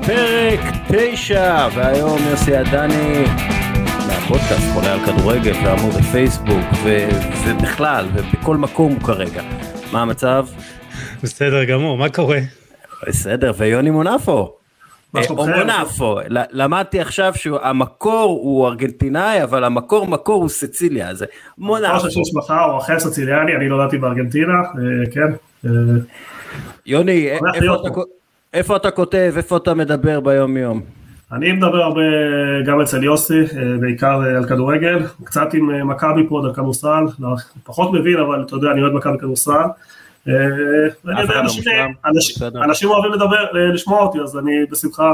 פרק 9, והיום יוסי עדני מהפודקאסט חולה על כדורגל ועמוד הפייסבוק ובכלל ובכל מקום כרגע. מה המצב? בסדר גמור, מה קורה? בסדר, ויוני מונפו. מונפו, למדתי עכשיו שהמקור הוא ארגנטינאי, אבל המקור הוא סציליה, זה מונפו. שיש מחר או אחר סציליאני, אני נולדתי בארגנטינה, כן. יוני, איפה אתה כותב, איפה אתה מדבר ביום יום? אני מדבר הרבה גם אצל יוסי, בעיקר על כדורגל, קצת עם מכבי פה, על כדורסל, פחות מבין, אבל אתה יודע, אני אוהד מכבי כדורסל, ואני יודע, אנשים אוהבים לשמוע אותי, אז אני בשמחה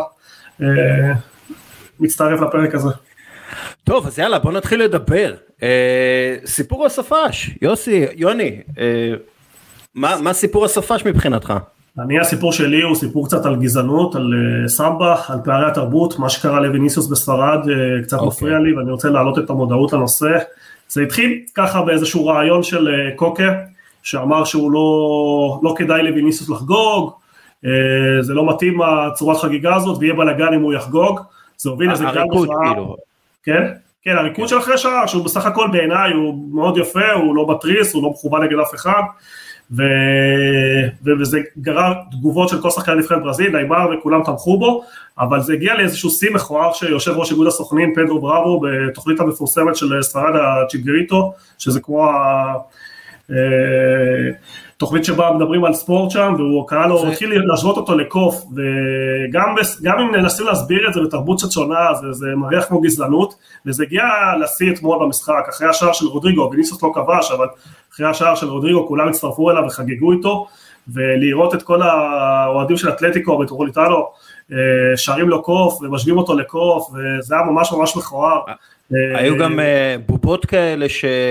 מצטרף לפרק הזה. טוב, אז יאללה, בוא נתחיל לדבר. סיפור הסופש, יוני, מה סיפור הסופש מבחינתך? הסיפור שלי הוא סיפור קצת על גזענות, על סמבה, על פערי התרבות, מה שקרה לויניסיוס בספרד קצת מפריע לי, ואני רוצה להעלות את המודעות לנושא. זה התחיל ככה באיזשהו רעיון של קוקה, שאמר שהוא לא כדאי לויניסיוס לחגוג, זה לא מתאים הצורת חגיגה הזאת, ויהיה בלגן אם הוא יחגוג, זה הוביל איזה גל בכלל. כן, הריקוד של אחרי שעה, שהוא בסך הכל בעיניי, הוא מאוד יפה, הוא לא מטריס, הוא לא מכוון נגד אף אחד, וזה גרר תגובות של כל שחקן נבחרת ברזיל, נאמר וכולם תמכו בו, אבל זה הגיע לאיזשהו שיא מכוער שיושב ראש איגוד הסוכנים פדרו בראבו בתוכנית המפורסמת של ספרד הצ'יגריטו, שזה כמו תוכנית שבה מדברים על ספורט שם, והוא קרא לו, התחיל להשוות אותו לקוף, וגם אם ננסים להסביר את זה בתרבות קצת שונה, זה מריח כמו גזענות, וזה הגיע לשיא אתמול במשחק, אחרי השער של רודריגו, ויניסיוס לא כבש, אבל אחרי השער של רודריגו כולם הצטרפו אליו וחגגו איתו, ולראות את כל האוהדים של אתלטיקו מטרופוליטאנו, שרים לו קוף ומשווים אותו לקוף, וזה היה ממש ממש מכוער. היו גם בובות כאלה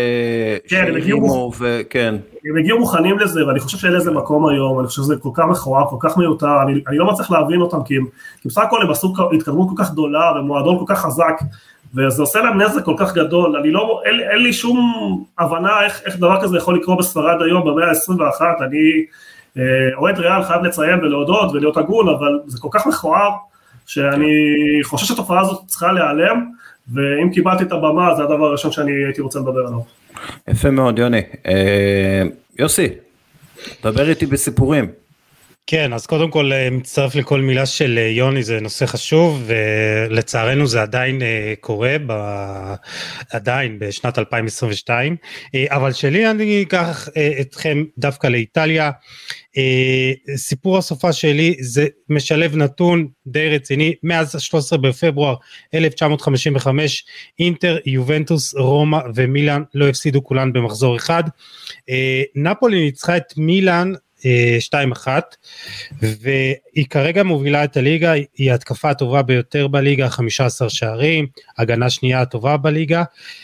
הם הגיעו מוכנים לזה, ואני חושב שאין לזה מקום היום, אני חושב שזה כל כך מכוער, כל כך מיותר, אני לא מצליח להבין אותם, כי בסך הכל הם עשו התקדמות כל כך גדולה, ומועדון כל כך חזק, וזה עושה להם נזק כל כך גדול, אין לי שום הבנה איך דבר כזה יכול לקרות בספרד היום, במאה ה-21, אני אוהד ריאל חייב לציין ולהודות ולהיות הגון, אבל זה כל כך מכוער, שאני חושב שהתופעה הזאת צריכה להיעלם, ואם קיבלתי את הבמה, זה הדבר הראשון שאני הייתי רוצה לדבר עליו. יפה מאוד, יוני. יוסי, דבר איתי בסיפורים. כן, אז קודם כל מצטרף לכל מילה של יוני, זה נושא חשוב, ולצערנו זה עדיין קורה, עדיין בשנת 2022, אבל שלי אני אקח אתכם דווקא לאיטליה, סיפור הסופה שלי זה משלב נתון די רציני, מאז 13 בפברואר 1955, אינטר, יובנטוס, רומא ומילאן לא הפסידו כולן במחזור אחד, נפולי ניצחה את מילאן 2-1, והיא כרגע מובילה את הליגה, היא התקפה הטובה ביותר בליגה, 15 שערים, הגנה שנייה הטובה בליגה,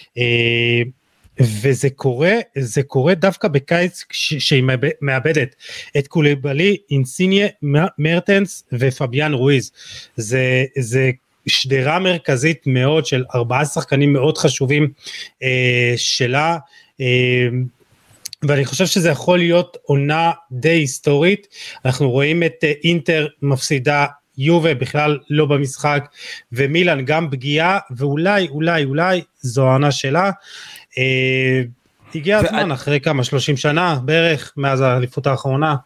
וזה קורה דווקא בקיץ שהיא מאבדת את קולבלי, אינסיניה, מרטנס ופביאן רואיז, זה שדרה מרכזית מאוד של 4 שחקנים מאוד חשובים שלה, ואני חושב שזה יכול להיות עונה די היסטורית, אנחנו רואים את אינטר מפסידה, יובה בכלל לא במשחק, ומילאן גם פגיעה, ואולי זו העונה שלה, הגיע הזמן אחרי כמה 30 שנה בערך, מאז האליפות האחרונה.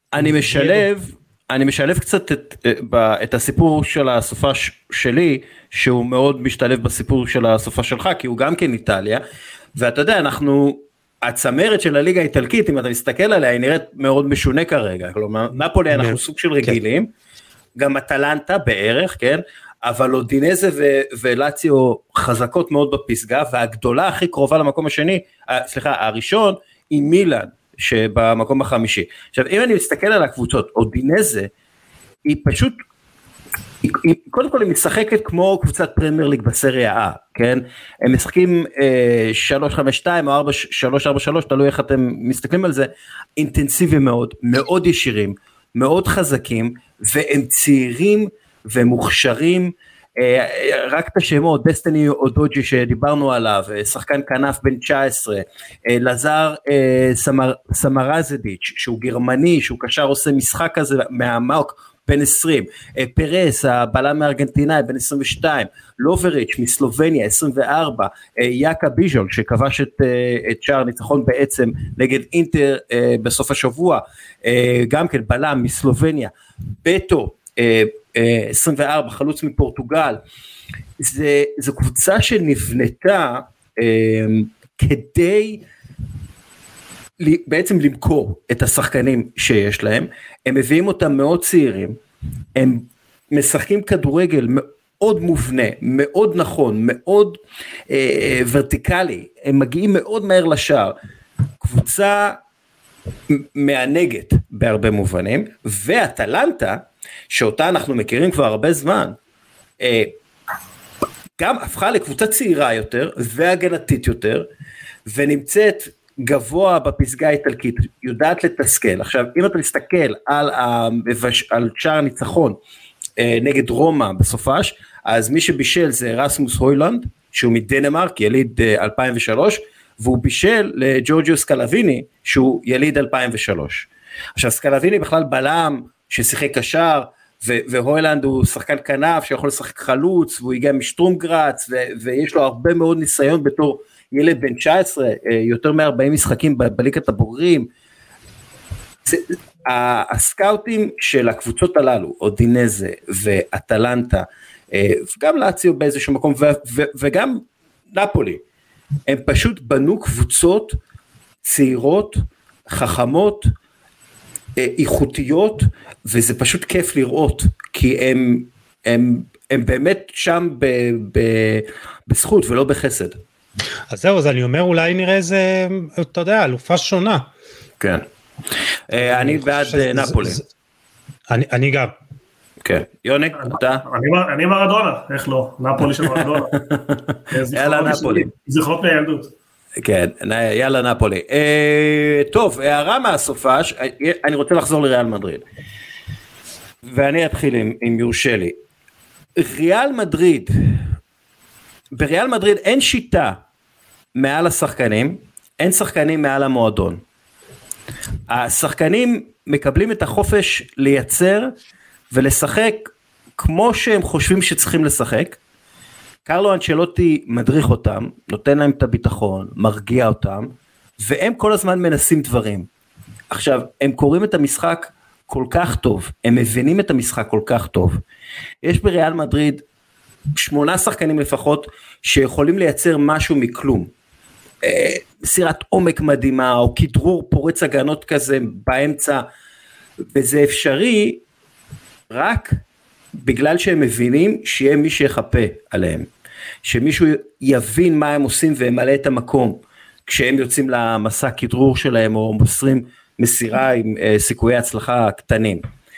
אני משלב קצת את הסיפור של הסופה שלי, שהוא מאוד משתלב בסיפור של הסופה שלך, כי הוא גם כן איטליה, ואתה יודע, הצמרת של הליגה האיטלקית, אם אתה מסתכל עליה, היא נראית מאוד משונה כרגע, כלומר, נפולי אנחנו סוג של רגילים, גם אטלנטה בערך, כן, אבל אודינזה ולאציו חזקות מאוד בפסגה, והגדולה הכי קרובה למקום השני, הראשון, היא מילאן, שבמקום החמישי. עכשיו, אם אני מסתכל על הקבוצות, אודינזה, היא פשוט, קודם כל היא משחקת כמו קבוצת פרמייר ליג בסריה A, כן? הם משחקים 3-5-2 או 4-3-4-3, תלוי איך אתם מסתכלים על זה, אינטנסיביים מאוד, מאוד ישירים, מאוד חזקים, והם צעירים ומוכשרים, רק את השמות, דסטיני אודוג'י שדיברנו עליו, שחקן כנף בן 19, לזר סמרזדיץ' שהוא גרמני, שהוא קשר עושה משחק כזה מהעמוק, בן 20, פרס, הבלם מארגנטינאי, בן 22, לובריץ' מסלובניה, 24, יאקה ביז'ול, שכבש את שער ניצחון בעצם נגד אינטר בסוף השבוע, גם כן בלם מסלובניה, בטו, 24, חלוץ מפורטוגל. זו קבוצה שנבנתה כדי בעצם למכור את השחקנים שיש להם, הם מביאים אותם מאוד צעירים, הם משחקים כדורגל מאוד מובנה, מאוד נכון, מאוד ורטיקלי, הם מגיעים מאוד מהר לשער, קבוצה מענגת בהרבה מובנים, ואטלנטה, שאותה אנחנו מכירים כבר הרבה זמן, גם הפכה לקבוצה צעירה יותר, והגנתית יותר, ונמצאת גבוה בפסגה האיטלקית, יודעת לתסכל. עכשיו, אם אתה מסתכל על שער ניצחון נגד רומא בסופש, אז מי שבישל זה רסמוס הוילנד, שהוא מדנמרק, יליד 2003, והוא בישל לג'ורג'יו סקלביני, שהוא יליד 2003. עכשיו, סקלביני בכלל בלם, ששיחק קשר, והוילנד הוא שחקן כנף, שיכול לשחק חלוץ, והוא הגיע משטרומגרץ, ויש לו הרבה מאוד ניסיון בתור ילד בן 19, יותר מ-40 משחקים בליגת הבוגרים. הסקאוטים של הקבוצות הללו, אודינזה ואטלנטה, וגם לאציו באיזשהו מקום, וגם נפולי, הם פשוט בנו קבוצות צעירות, חכמות, איכותיות, וזה פשוט כיף לראות, כי הם באמת שם בזכות ולא בחסד. אז זהו, אז אני אומר, אולי נראה איזה, אתה יודע, אלופה שונה. כן. אני בעד נפולי. אני גם. כן. יוני, אתה? אני מרדונה, איך לא? נפולי של מרדונה. יאללה נפולי. זכרות מהילדות. כן, יאללה נפולי. טוב, הערה מהסופש, אני רוצה לחזור לריאל מדריד. ואני אתחיל אם יורשה לי. ריאל מדריד, בריאל מדריד אין שיטה מעל השחקנים, אין שחקנים מעל המועדון. השחקנים מקבלים את החופש לייצר ולשחק כמו שהם חושבים שצריכים לשחק. קרלו אנצ'לוטי מדריך אותם, נותן להם את הביטחון, מרגיע אותם, והם כל הזמן מנסים דברים. עכשיו, הם קוראים את המשחק כל כך טוב, הם מבינים את המשחק כל כך טוב. יש בריאל מדריד 8 שחקנים לפחות שיכולים לייצר משהו מכלום. סירת עומק מדהימה, או כדרור פורץ הגנות כזה באמצע, וזה אפשרי רק בגלל שהם מבינים שיהיה מי שיחפה עליהם, שמישהו יבין מה הם עושים והם מלא את המקום, כשהם יוצאים למסע כדרור שלהם, או מוסרים מסירה עם סיכויי הצלחה קטנים.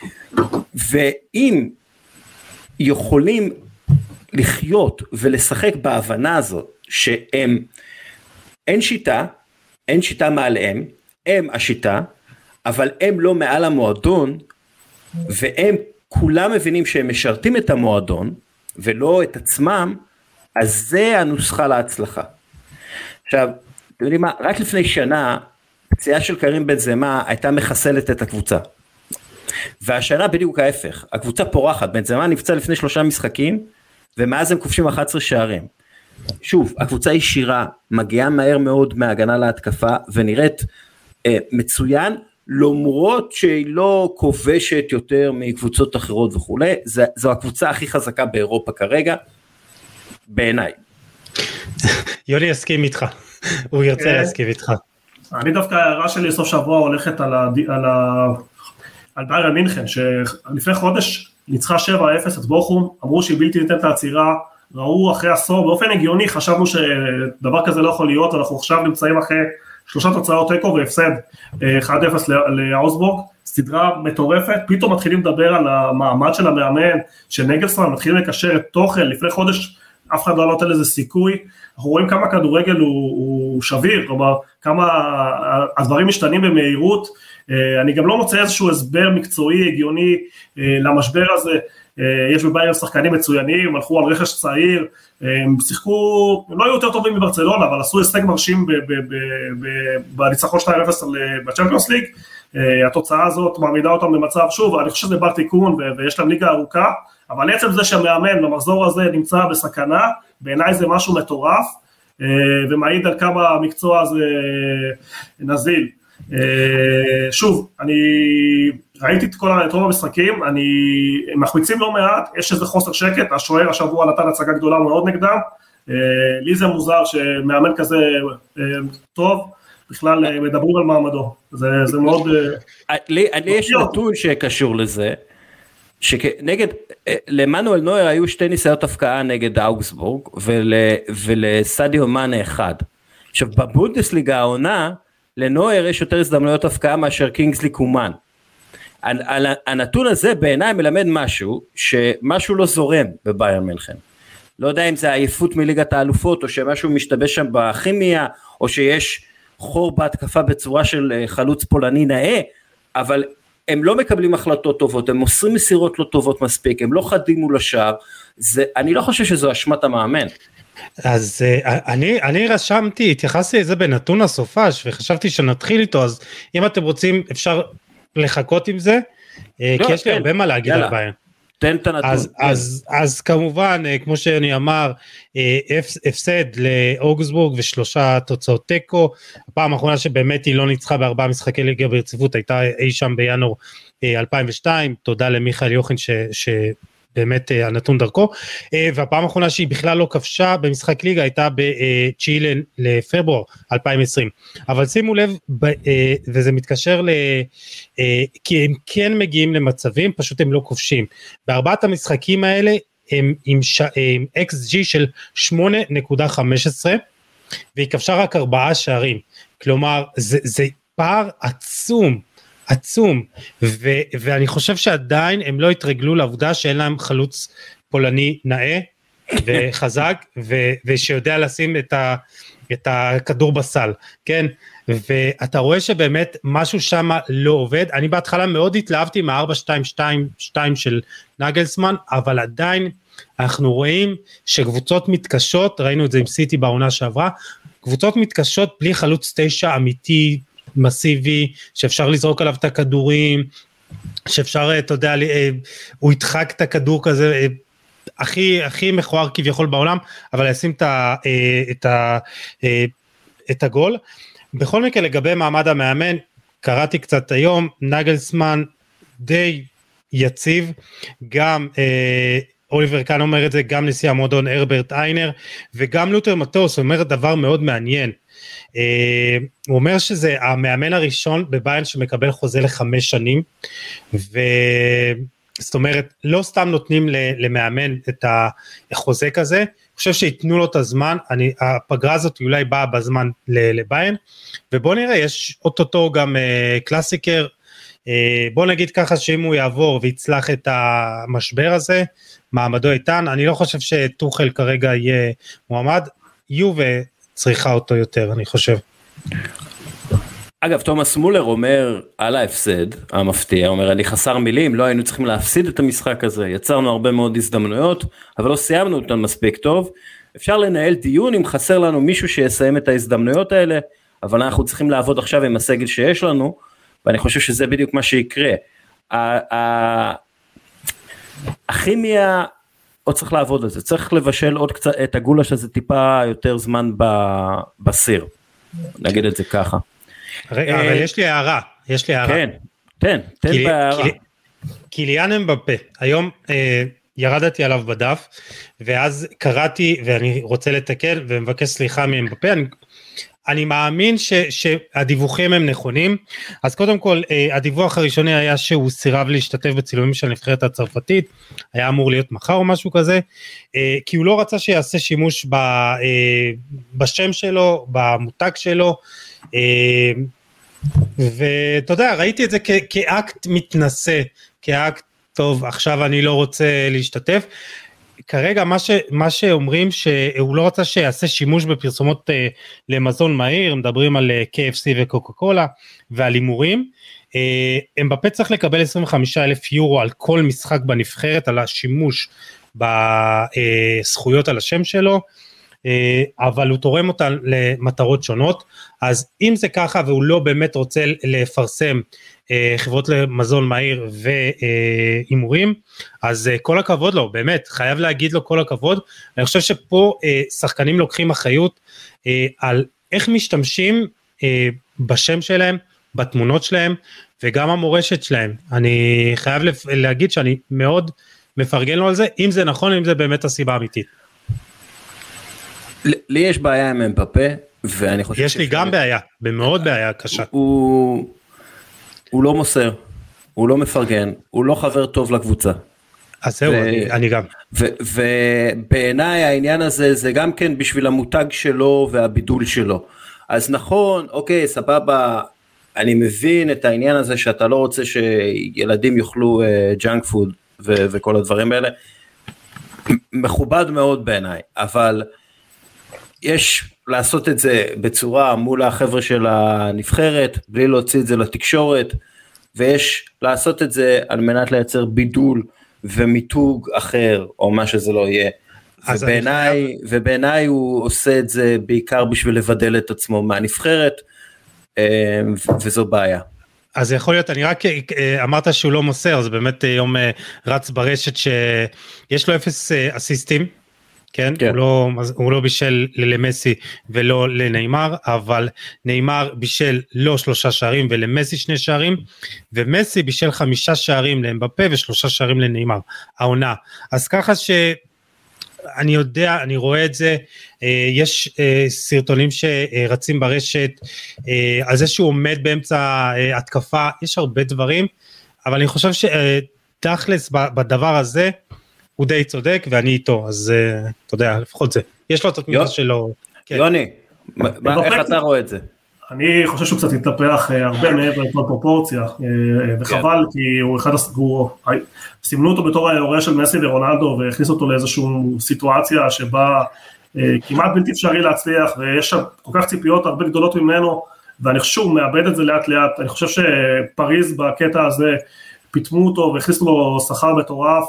ואם יכולים לחיות ולשחק בהבנה הזאת, שהם, אין שיטה מעליהם, הם השיטה, אבל הם לא מעל המועדון, והם כולם מבינים שהם משרתים את המועדון, ולא את עצמם, אז זה הנוסחה להצלחה. עכשיו, אתם יודעים מה, רק לפני שנה, פציעה של קרים בנזמה, הייתה מחסלת את הקבוצה. והשנה בדיוק ההפך, הקבוצה פורחת, בנזמה נפצע לפני 3 משחקים, ומאז הם כובשים 11 שערים. שוב, הקבוצה ישירה, מגיעה מהר מאוד מההגנה להתקפה, ונראית מצוין, למרות שהיא לא כובשת יותר מקבוצות אחרות וכו'. זו הקבוצה הכי חזקה באירופה כרגע, בעיניי. יוני יסכים איתך, הוא ירצה להסכים איתך. אני דווקא הערה שלי סוף שבוע הולכת על ביירן מינכן, שלפני חודש ניצחה 7-0 את בוכום, אמרו שהיא בלתי ניתנת לעצירה, ראו אחרי עשור, באופן הגיוני חשבנו שדבר כזה לא יכול להיות, אנחנו עכשיו נמצאים אחרי 3 תוצאות תיקו והפסד 1-0 לאוסבורג, סדרה מטורפת, פתאום מתחילים לדבר על המעמד של המאמן, של נגלסמן, מתחילים לקשר את תוכן, לפני חודש אף אחד לא נותן לזה סיכוי, אנחנו רואים כמה כדורגל הוא שביר, כלומר כמה הדברים משתנים במהירות, אני גם לא מוצא איזשהו הסבר מקצועי, הגיוני למשבר הזה, יש בביירן שחקנים מצוינים, הם הלכו על רכש צעיר, הם שיחקו, הם לא היו יותר טובים מברצלונה, אבל עשו הישג מרשים בניצחון 2-0 בצ'מפיונס ליג, התוצאה הזאת מעמידה אותם במצב, שוב, אני חושב שזה בר תיקון, ויש להם ליגה ארוכה, אבל עצם זה שהמאמן במחזור הזה נמצא בסכנה, בעיניי זה משהו מטורף, ומעיד על כמה המקצוע הזה נזיל. שוב, אני ראיתי את רוב המשחקים, הם מחמיצים לא מעט, יש איזה חוסר שקט, השוער השבוע נתן הצגה גדולה מאוד נגדם, לי זה מוזר שמאמן כזה טוב, בכלל מדברים על מעמדו, זה מאוד... לי יש נתון שקשור לזה, שנגד, למנואל נויר היו 2 ניסיונות הפקעה נגד אוגסבורג, ולסדיו מאנה 1. עכשיו, בבונדסליגה העונה, לנויר יש יותר הזדמנויות הפקעה מאשר קינגסלי קומן. הנתון הזה בעיניי מלמד משהו, שמשהו לא זורם בביירן מינכן. לא יודע אם זה העייפות מליגת האלופות, או שמשהו משתבש שם בכימיה, או שיש חור בהתקפה בצורה של חלוץ פולני נאה, אבל הם לא מקבלים החלטות טובות, הם מוסרים מסירות לא טובות מספיק, הם לא חדים מול השאר, אני לא חושב שזו אשמת המאמן. אז אני רשמתי, התייחסתי לזה בנתון הסופש, וחשבתי שנתחיל איתו, אז אם אתם רוצים אפשר לחכות עם זה, כי יש לי הרבה מה להגיד על ביירן. תן את הנתון. אז כמובן, כמו שאני אמר, הפסד לאוגסבורג ו3 תוצאות תיקו, הפעם האחרונה שבאמת היא לא ניצחה ב4 משחקי ליגה ברציפות, הייתה אי שם בינואר 2002, תודה למיכאל יוחין שבאמת הנתון דרכו, והפעם האחרונה שהיא בכלל לא כבשה במשחק ליגה, הייתה ב9 לפברואר 2020, אבל שימו לב, וזה מתקשר כי הם כן מגיעים למצבים, פשוט הם לא כובשים, בארבעת המשחקים האלה, הם עם XG של 8.15, והיא כבשה רק 4 שערים, כלומר, זה פער עצום, ואני חושב שעדיין הם לא התרגלו לעובדה שאין להם חלוץ פולני נאה, וחזק, ושיודע לשים את הכדור בסל, כן? ואתה רואה שבאמת משהו שם לא עובד, אני בהתחלה מאוד התלהבתי מה-4-2-2 של נגלסמן, אבל עדיין אנחנו רואים שקבוצות מתקשות, ראינו את זה עם סיטי בעונה שעברה, קבוצות מתקשות בלי חלוץ 9 אמיתי, מסיבי, שאפשר לזרוק עליו את הכדורים, שאפשר, אתה יודע, הוא ידחק את הכדור כזה, הכי מכוער כביכול בעולם, אבל ישים את הגול. בכל מקרה לגבי מעמד המאמן, קראתי קצת היום, נגלסמן די יציב, גם אוליבר קאן אומר את זה, גם נשיא המועדון הרברט איינר, וגם לותר מטוס אומר דבר מאוד מעניין, הוא אומר שזה המאמן הראשון בביירן שמקבל חוזה ל5 שנים, זאת אומרת, לא סתם נותנים למאמן את החוזה כזה, אני חושב שיתנו לו את הזמן, הפגרה הזאת אולי באה בזמן לביירן, ובוא נראה, יש אוטוטו גם קלאסיקר, בוא נגיד ככה שאם הוא יעבור ויצלח את המשבר הזה, מעמדו איתן, אני לא חושב שטוחל כרגע יהיה מועמד, יובה צריכה אותו יותר, אני חושב. אגב, תומאס מולר אומר על ההפסד המפתיע, אומר, אני חסר מילים, לא היינו צריכים להפסיד את המשחק הזה, יצרנו הרבה מאוד הזדמנויות, אבל לא סיימנו אותן מספיק טוב, אפשר לנהל דיון אם חסר לנו מישהו שיסיים את ההזדמנויות האלה, אבל אנחנו צריכים לעבוד עכשיו עם הסגל שיש לנו, ואני חושב שזה בדיוק מה שיקרה. הכימיה, עוד צריך לעבוד על זה, צריך לבשל עוד קצת את הגולה שזה טיפה יותר זמן בסיר, נגיד את זה ככה. אבל יש לי הערה. כן, תן בהערה. קיליאן אמבפה, היום ירדתי עליו בדף, ואז קראתי, ואני רוצה לתקן, ומבקש סליחה מאמבפה, אני מאמין שהדיווחים הם נכונים, אז קודם כל, הדיווח הראשוני היה שהוא סירב להשתתף בצילומים של הנבחרת הצרפתית, היה אמור להיות מחר או משהו כזה, כי הוא לא רצה שיעשה שימוש בשם שלו, במותג שלו, ואתה יודע, ראיתי את זה כאקט מתנשא, כאקט טוב, עכשיו אני לא רוצה להשתתף, כרגע מה שאומרים שהוא לא רצה שיעשה שימוש בפרסומות למזון מהיר, מדברים על KFC וקוקה קולה ועל הימורים, אמבפה צריך לקבל 25,000 יורו על כל משחק בנבחרת, על השימוש בזכויות על השם שלו, אבל הוא תורם אותה למטרות שונות, אז אם זה ככה והוא לא באמת רוצה לפרסם חברות למזון מהיר ואימורים, אז כל הכבוד לו, באמת, חייב להגיד לו כל הכבוד, אני חושב שפה שחקנים לוקחים אחריות על איך משתמשים בשם שלהם, בתמונות שלהם, וגם המורשת שלהם. אני חייב להגיד שאני מאוד מפרגן לו על זה, אם זה נכון, אם זה באמת הסיבה האמיתית. לי יש בעיה עם אמבפה, ואני חושב... יש לי גם בעיה, במאוד בעיה קשה. הוא לא מוסר, הוא לא מפרגן, הוא לא חבר טוב לקבוצה. אז זהו, אני גם. ובעיניי העניין הזה, זה גם כן בשביל המותג שלו והבידול שלו. אז נכון, אוקיי, סבבה, אני מבין את העניין הזה שאתה לא רוצה שילדים יאכלו ג'אנק פוד וכל הדברים האלה, מכובד מאוד בעיניי, אבל יש לעשות את זה בצורה מול החבר'ה של הנבחרת, בלי להוציא את זה לתקשורת, ויש לעשות את זה על מנת לייצר ומיתוג אחר, או מה שזה לא יהיה. ובעיניי הוא עושה את זה בעיקר בשביל לבדל את עצמו מהנבחרת, וזו בעיה. אז יכול להיות, אני רק אמרת שהוא לא מוסר, אז באמת יום רץ ברשת שיש לו 0 אסיסטים, כן? הוא לא בישל למסי ולא לניימר, אבל ניימר בישל לו 3 שערים ולמסי 2 שערים, ומסי בישל 5 שערים לאמבפה ו3 שערים לניימר, העונה. אז ככה אני יודע, אני רואה את זה, יש סרטונים שרצים ברשת, על זה שהוא עומד באמצע התקפה, יש הרבה דברים, אבל אני חושב שתכלס בדבר הזה, הוא די צודק ואני איתו, אז אתה יודע, לפחות זה, יש לו את התמיכה שלו. יוני, איך אתה רואה את זה? אני חושב שהוא קצת התהפך הרבה מעבר לכל פרופורציה, וחבל כי הוא אחד הסיפור, סימנו אותו בתור ההוראה של מסי ורונלדו, והכניס אותו לאיזושהי סיטואציה שבה כמעט בלתי אפשרי להצליח, ויש שם כל כך ציפיות הרבה גדולות ממנו, ואני חושב שהוא מאבד את זה לאט לאט, אני חושב שפריז בקטע הזה, פיתמו אותו והכניסו לו שכר מטורף,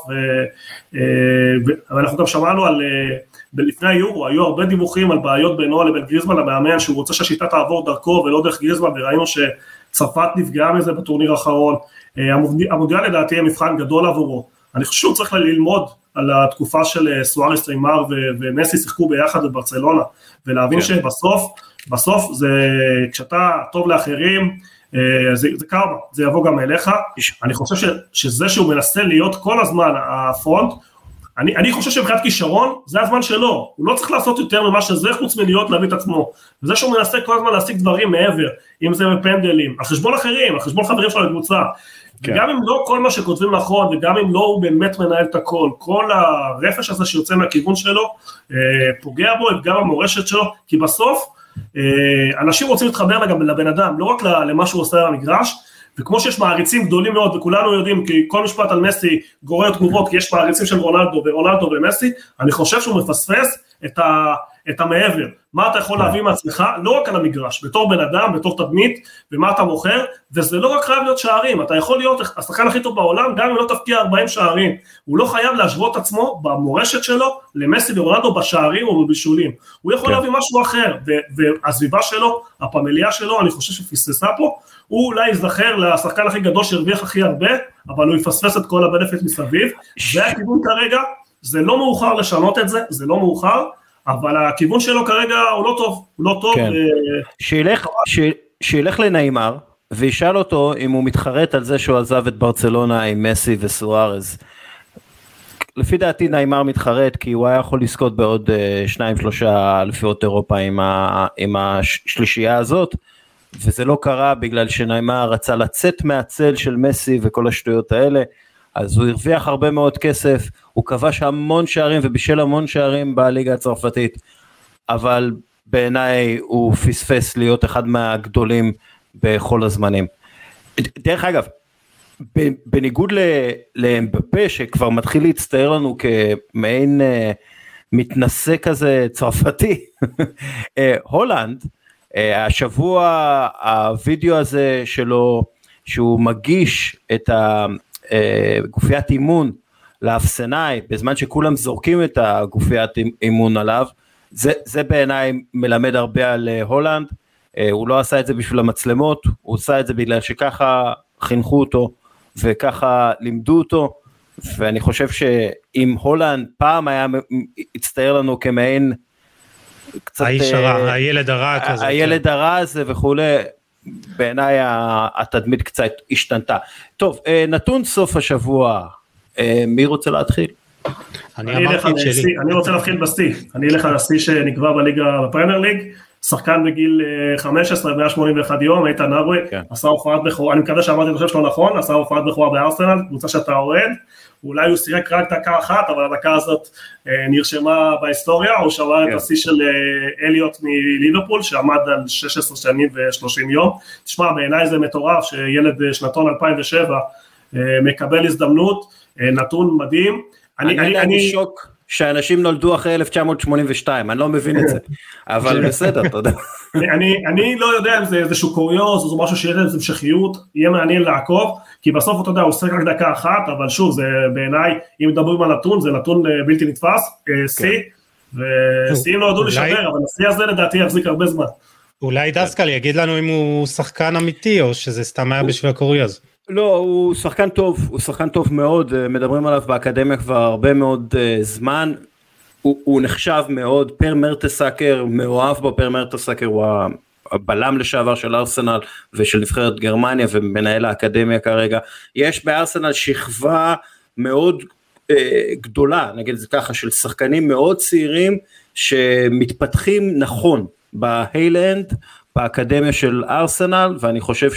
ואנחנו גם שמענו על, לפני היורו, היו הרבה דיווחים על בעיות בינו לבין גריזמן המאמן, שהוא רוצה שהשיטה תעבור דרכו ולא דרך גריזמן, וראינו שצרפת נפגעה מזה בטורניר האחרון, המונדיאל לדעתי מבחן גדול עבורו, אני חושב שהוא צריך ללמוד על התקופה של סוארס, ניימר ומסי שיחקו ביחד בברצלונה, ולהבין שבסוף זה, כשאתה טוב לאחרים, זה קרמה, זה יבוא גם אליך, אני חושב שזה שהוא מנסה להיות כל הזמן הפרונט, אני חושב שמבחינת כישרון, זה הזמן שלו, הוא לא צריך לעשות יותר ממה שזה, חוץ מלהיות להביא את עצמו, וזה שהוא מנסה כל הזמן להשיג דברים מעבר, אם זה בפנדלים, על חשבון אחרים, על חשבון חברים שלו לקבוצה, וגם אם לא כל מה שכותבים נכון, וגם אם לא הוא באמת מנהל את הכל, כל הרפש הזה שיוצא מהכיוון שלו, פוגע בו, גם המורשת שלו, כי בסוף, אנשים רוצים להתחבר גם לבן אדם, לא רק למה שהוא עושה על המגרש, וכמו שיש מעריצים גדולים מאוד, וכולנו יודעים, כי כל משפט על מסי גורר תגובות, כי יש מעריצים של רונלדו ומסי, אני חושב שהוא מפספס את המעבר, מה אתה יכול להביא מעצמך, לא רק על המגרש, בתור בן אדם, בתור תדמית, ומה אתה מוכר, וזה לא רק חייב להיות שערים, אתה יכול להיות השחקן הכי טוב בעולם, גם אם לא תפקיע 40 שערים, הוא לא חייב להשוות עצמו במורשת שלו, למסי ורונלדו בשערים או בבישולים, הוא יכול להביא משהו אחר, והסביבה שלו, הפמליה שלו, אני חושב שפספסה פה, הוא אולי יזכר לשחקן הכי גדול שהרוויח הכי הרבה, אבל הוא יפספס את כל הבנפיט מסביב, זה הכיוון כרגע, זה לא מאוחר לשנות את זה, זה לא מאוחר, אבל הכיוון שלו כרגע הוא לא טוב, הוא לא טוב. כן. שילך לניימר, וישאל אותו אם הוא מתחרט על זה שהוא עזב את ברצלונה עם מסי וסוארז. לפי דעתי ניימר מתחרט, כי הוא היה יכול לזכות בעוד 2-3 אליפויות אירופה עם השלישייה הזאת, וזה לא קרה בגלל שניימר רצה לצאת מהצל של מסי וכל השטויות האלה, אז הוא הרוויח הרבה מאוד כסף, הוא כבש המון שערים ובישל המון שערים בליגה הצרפתית, אבל בעיניי הוא פספס להיות אחד מהגדולים בכל הזמנים. דרך אגב, בניגוד לאמבפה שכבר מתחיל להצטער לנו כמעין מתנשא כזה צרפתי, הולנד, השבוע הווידאו הזה שלו, שהוא מגיש את גופיית אימון לאפסנאי, בזמן שכולם זורקים את הגופיית אימון עליו, זה בעיניי מלמד הרבה על הולנד, הוא לא עשה את זה בשביל המצלמות, הוא עשה את זה בגלל שככה חינכו אותו, וככה לימדו אותו, ואני חושב שאם הולנד פעם היה הצטייר לנו כמעין קצת... האיש הרע, הילד הרע כזה. הילד הרע הזה וכו', בעיניי התדמית קצת השתנתה. טוב, נתון סוף השבוע, מי רוצה להתחיל? אני רוצה להתחיל בסטי, אני אלך על הסטי שנקבע בליגה בפרמייר ליג, שחקן בגיל 15, 181 יום, איתן נברי, עשה הופעת בכורה, אני מקווה שאמרתי, אני חושב שלא נכון, עשה הופעת בכורה בארסנל, קבוצה שאתה אוהד, אולי הוא שיחק רק דקה אחת, אבל הדקה הזאת נרשמה בהיסטוריה, הוא שבר את השיא של אליוט מליברפול, שעמד על 16 שנים ו30 יום, תשמע, בעיניי זה מטורף, שילד שנתון 2007 מקבל הזדמנות, נתון מדהים, אני שוק שאנשים נולדו אחרי 1982, אני לא מבין את זה, אבל בסדר, תודה. אני לא יודע אם זה איזשהו קוריוז, או זה משהו שיהיה איזו המשכיות, יהיה מעניין לעקוב, כי בסוף אתה יודע, הוא עושה רק דקה אחת, אבל שוב, זה בעיניי, אם מדברים על נתון, זה נתון בלתי נתפס, סי, וסיעים לא ידעו לשבר, אבל הסי הזה לדעתי יחזיק הרבה זמן. אולי דסקל יגיד לנו אם הוא שחקן אמיתי, או שזה סתם היה בשביל הקוריוז. לא, הוא שחקן טוב, הוא שחקן טוב מאוד, מדברים עליו באקדמיה כבר הרבה מאוד זמן, הוא נחשב מאוד, פר מרטסאקר, מאוהב בו, פר מרטסאקר הוא הבלם לשעבר של ארסנל ושל נבחרת גרמניה ומנהל האקדמיה כרגע, יש בארסנל שכבה מאוד גדולה, נגיד את זה ככה, של שחקנים מאוד צעירים שמתפתחים נכון בהיילנד, באקדמיה של ארסנל, ואני חושב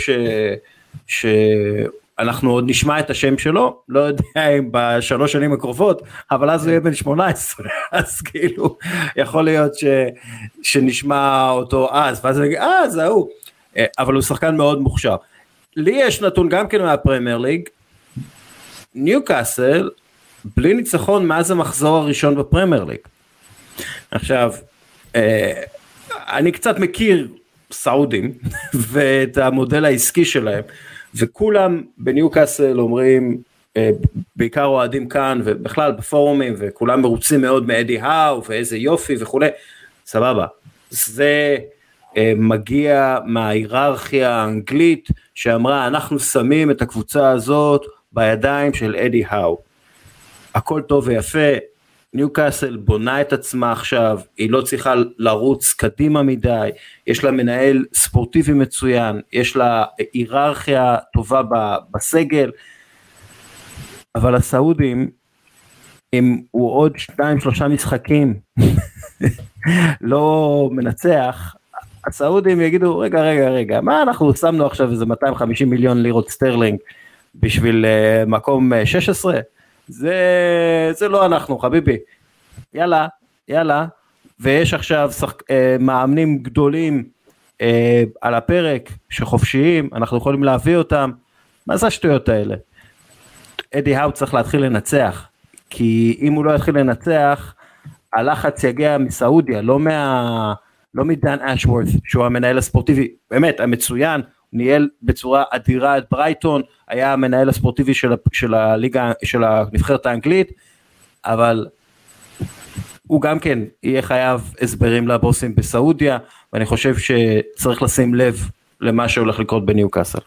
שאנחנו עוד נשמע את השם שלו, לא יודע אם בשלוש שנים הקרובות, אבל אז הוא יהיה בן 18, אז כאילו יכול להיות שנשמע אותו אז, ואז נגיד, זה הוא, אבל הוא שחקן מאוד מוכשר. לי יש נתון גם כן מהפרמייר ליג, ניוקאסל, בלי ניצחון מאז המחזור הראשון בפרמייר ליג. עכשיו, אני קצת מכיר סעודים, ואת המודל העסקי שלהם, וכולם בניוקאסל אומרים, בעיקר אוהדים כאן, ובכלל בפורומים, וכולם מרוצים מאוד מאדי האו, ואיזה יופי וכו', סבבה, זה מגיע מההיררכיה האנגלית, שאמרה, אנחנו שמים את הקבוצה הזאת, בידיים של אדי האו, הכל טוב ויפה, ניוקאסל בונה את עצמה עכשיו, היא לא צריכה לרוץ קדימה מדי, יש לה מנהל ספורטיבי מצוין, יש לה היררכיה טובה בסגל, אבל הסעודים, אם הוא עוד 2-3 משחקים לא מנצח, הסעודים יגידו, רגע, מה אנחנו שמנו עכשיו איזה 250 מיליון לירות סטרלינג, בשביל מקום 16? זה לא אנחנו, חביבי. יאללה, ויש עכשיו מאמנים גדולים על הפרק, שחופשיים, אנחנו יכולים להביא אותם, מה זה השטויות האלה? אדי האו צריך להתחיל לנצח, כי אם הוא לא יתחיל לנצח, הלחץ יגיע מסעודיה, לא מדן אשוורת, שהוא המנהל הספורטיבי, באמת, המצוין, הוא ניהל בצורה אדירה את ברייטון, היה המנהל הספורטיבי של הליגה, של הנבחרת האנגלית, אבל הוא גם כן יהיה חייב הסברים לבוסים בסעודיה, ואני חושב שצריך לשים לב למה שהולך לקרות בניוקאסל.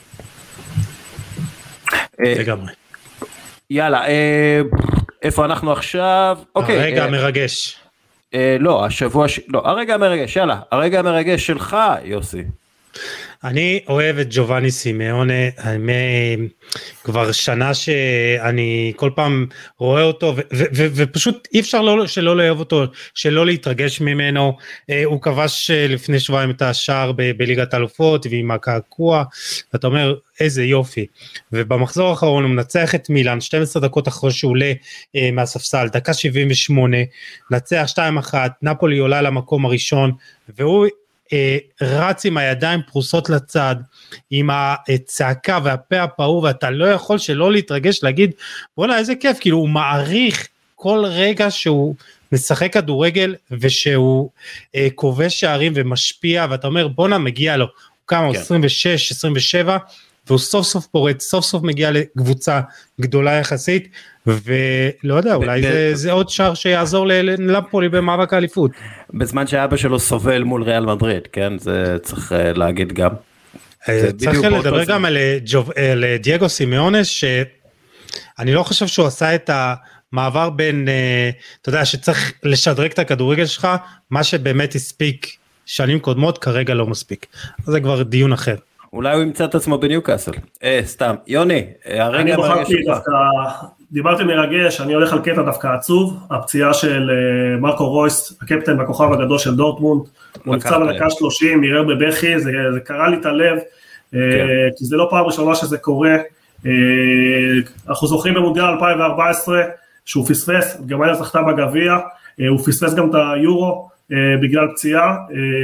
לגמרי. יאללה, איפה אנחנו עכשיו? הרגע המרגש. לא, הרגע המרגש, יאללה, הרגע המרגש שלך, יוסי. אני אוהב את ג'ובאני סימאונה, כבר שנה שאני כל פעם רואה אותו, ופשוט אי אפשר שלא לאהוב אותו, שלא להתרגש ממנו, הוא כבש לפני שבועיים את השער בליגת האלופות, ועם הקעקוע, ואתה אומר איזה יופי, ובמחזור האחרון הוא מנצח את מילאן, 12 דקות אחרי שהוא עולה מהספסל, דקה 78, נצח 2-1, נפולי עולה למקום הראשון, והוא רץ עם הידיים פרוסות לצד, עם הצעקה והפה הפעור, ואתה לא יכול שלא להתרגש, להגיד, בוא'נה איזה כיף, כאילו הוא מעריך כל רגע שהוא משחק כדורגל, ושהוא כובש שערים ומשפיע, ואתה אומר בוא'נה מגיע לו, הוא כמה, 26, 27, והוא סוף סוף פורץ, סוף סוף מגיע לקבוצה גדולה יחסית, ולא יודע, אולי זה עוד שער שיעזור לנפולי במאבק האליפות. בזמן שאבא שלו סובל מול ריאל מדריד, כן, זה צריך להגיד גם. צריך לדבר גם על דייגו סימיונה, שאני לא חושב שהוא עשה את המעבר בין, אתה יודע, שצריך לשדרג את הכדורגל שלך, מה שבאמת הספיק שנים קודמות, כרגע לא מספיק. אז זה כבר דיון אחר. אולי הוא ימצא את עצמו בניוקאסל. סתם. יוני, הרגע מרגש שלך. דיברתי מרגש, אני הולך על קטע דווקא עצוב, הפציעה של מרקו רויס, הקפטן בכוכב הגדול של דורטמונד, הוא נפצע בדקה 30, מירר בבכי, זה קרע לי את הלב, כי זה לא פעם ראשונה שזה קורה, אנחנו זוכרים במונדיאל 2014, שהוא פספס, גרמניה זכתה בגביע, הוא פספס גם את היורו, בגלל פציעה,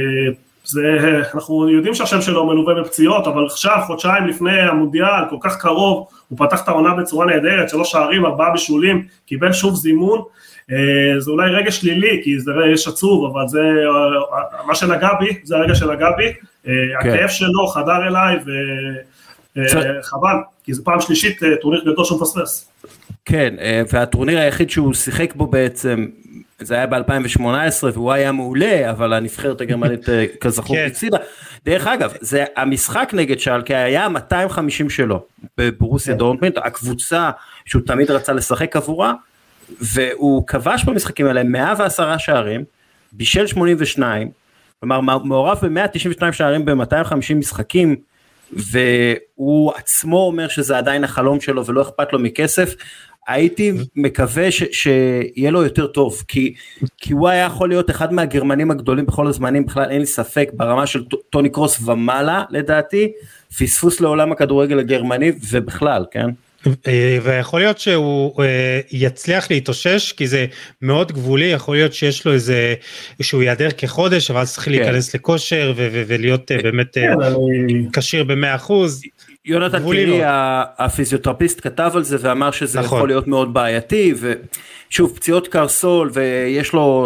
אנחנו יודעים שהשם שלו מלווה בפציעות, אבל עכשיו, חודשיים לפני המונדיאל, כל כך קרוב, הוא פתח את העונה בצורה נהדרת, 3 שערים, 4 בישולים, קיבל שוב זימון, זה אולי רגע שלילי, כי זה רגע עצוב, אבל זה מה שנגע בי, זה הרגע שנגע בי, הכאב שלו חדר אליי, וחבל, כי זה פעם שלישית טורניר גדול שהוא מפספס. כן, והטורניר היחיד שהוא שיחק בו בעצם, זה היה ב-2018 והוא היה מעולה, אבל הנבחרת הגרמנית כזכור הצידה. דרך אגב, זה המשחק נגד שאלקה היה 250 שלו בברוסיה דורטמונד, הקבוצה שהוא תמיד רצה לשחק עבורה, והוא כבש במשחקים האלה 110 שערים, בישל 82, כלומר מעורב ב-192 שערים ב-250 משחקים, והוא עצמו אומר שזה עדיין החלום שלו ולא אכפת לו מכסף. הייתי מקווה שיהיה לו יותר טוב, כי הוא היה יכול להיות אחד מהגרמנים הגדולים בכל הזמנים, בכלל אין לי ספק, ברמה של טוני קרוס ומעלה לדעתי, פספוס לעולם הכדורגל הגרמני ובכלל, כן? ויכול להיות שהוא יצליח להתאושש, כי זה מאוד גבולי, יכול להיות שיש לו איזה, שהוא יעדר כחודש, אבל צריך להיכנס לכושר, ולהיות באמת קשיר ב100%. יונתן קירי, הפיזיותרפיסט כתב על זה, ואמר שזה יכול להיות מאוד בעייתי, ושוב, פציעות קרסול, ויש לו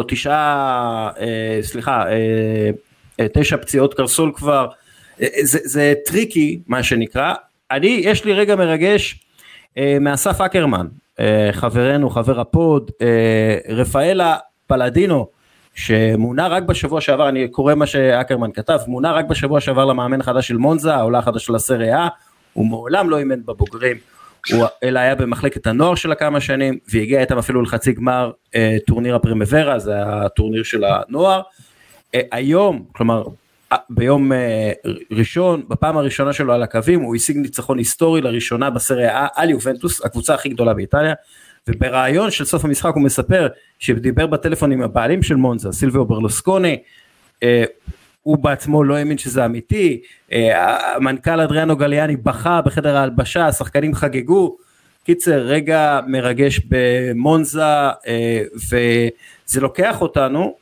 9 פציעות קרסול כבר, זה טריקי, מה שנקרא. יש לי רגע מרגש, מאסף אקרמן, חברנו, חבר הפוד, רפאלה פלדינו, שמונה רק בשבוע שעבר, אני קורא מה שאקרמן כתב, מונה רק בשבוע שעבר למאמן החדש של מונזה, העולה החדש של הסריה, הוא מעולם לא אימן בבוגרים, אלא היה במחלקת הנוער שלה כמה שנים, והגיע איתם אפילו לחצי גמר טורניר הפרימוורה, זה הטורניר של הנוער, היום, כלומר, ביום ראשון, בפעם הראשונה שלו על הקווים, הוא השיג ניצחון היסטורי לראשונה בסריה על יובנטוס, הקבוצה הכי גדולה באיטליה, וברעיון של סוף המשחק הוא מספר, שדיבר בטלפון עם הבעלים של מונזה, סילביו ברלוסקוני, הוא בעצמו לא האמין שזה אמיתי, המנכ"ל אדריאנו גליאני בכה בחדר ההלבשה, השחקנים חגגו, קיצר, רגע מרגש במונזה, וזה לוקח אותנו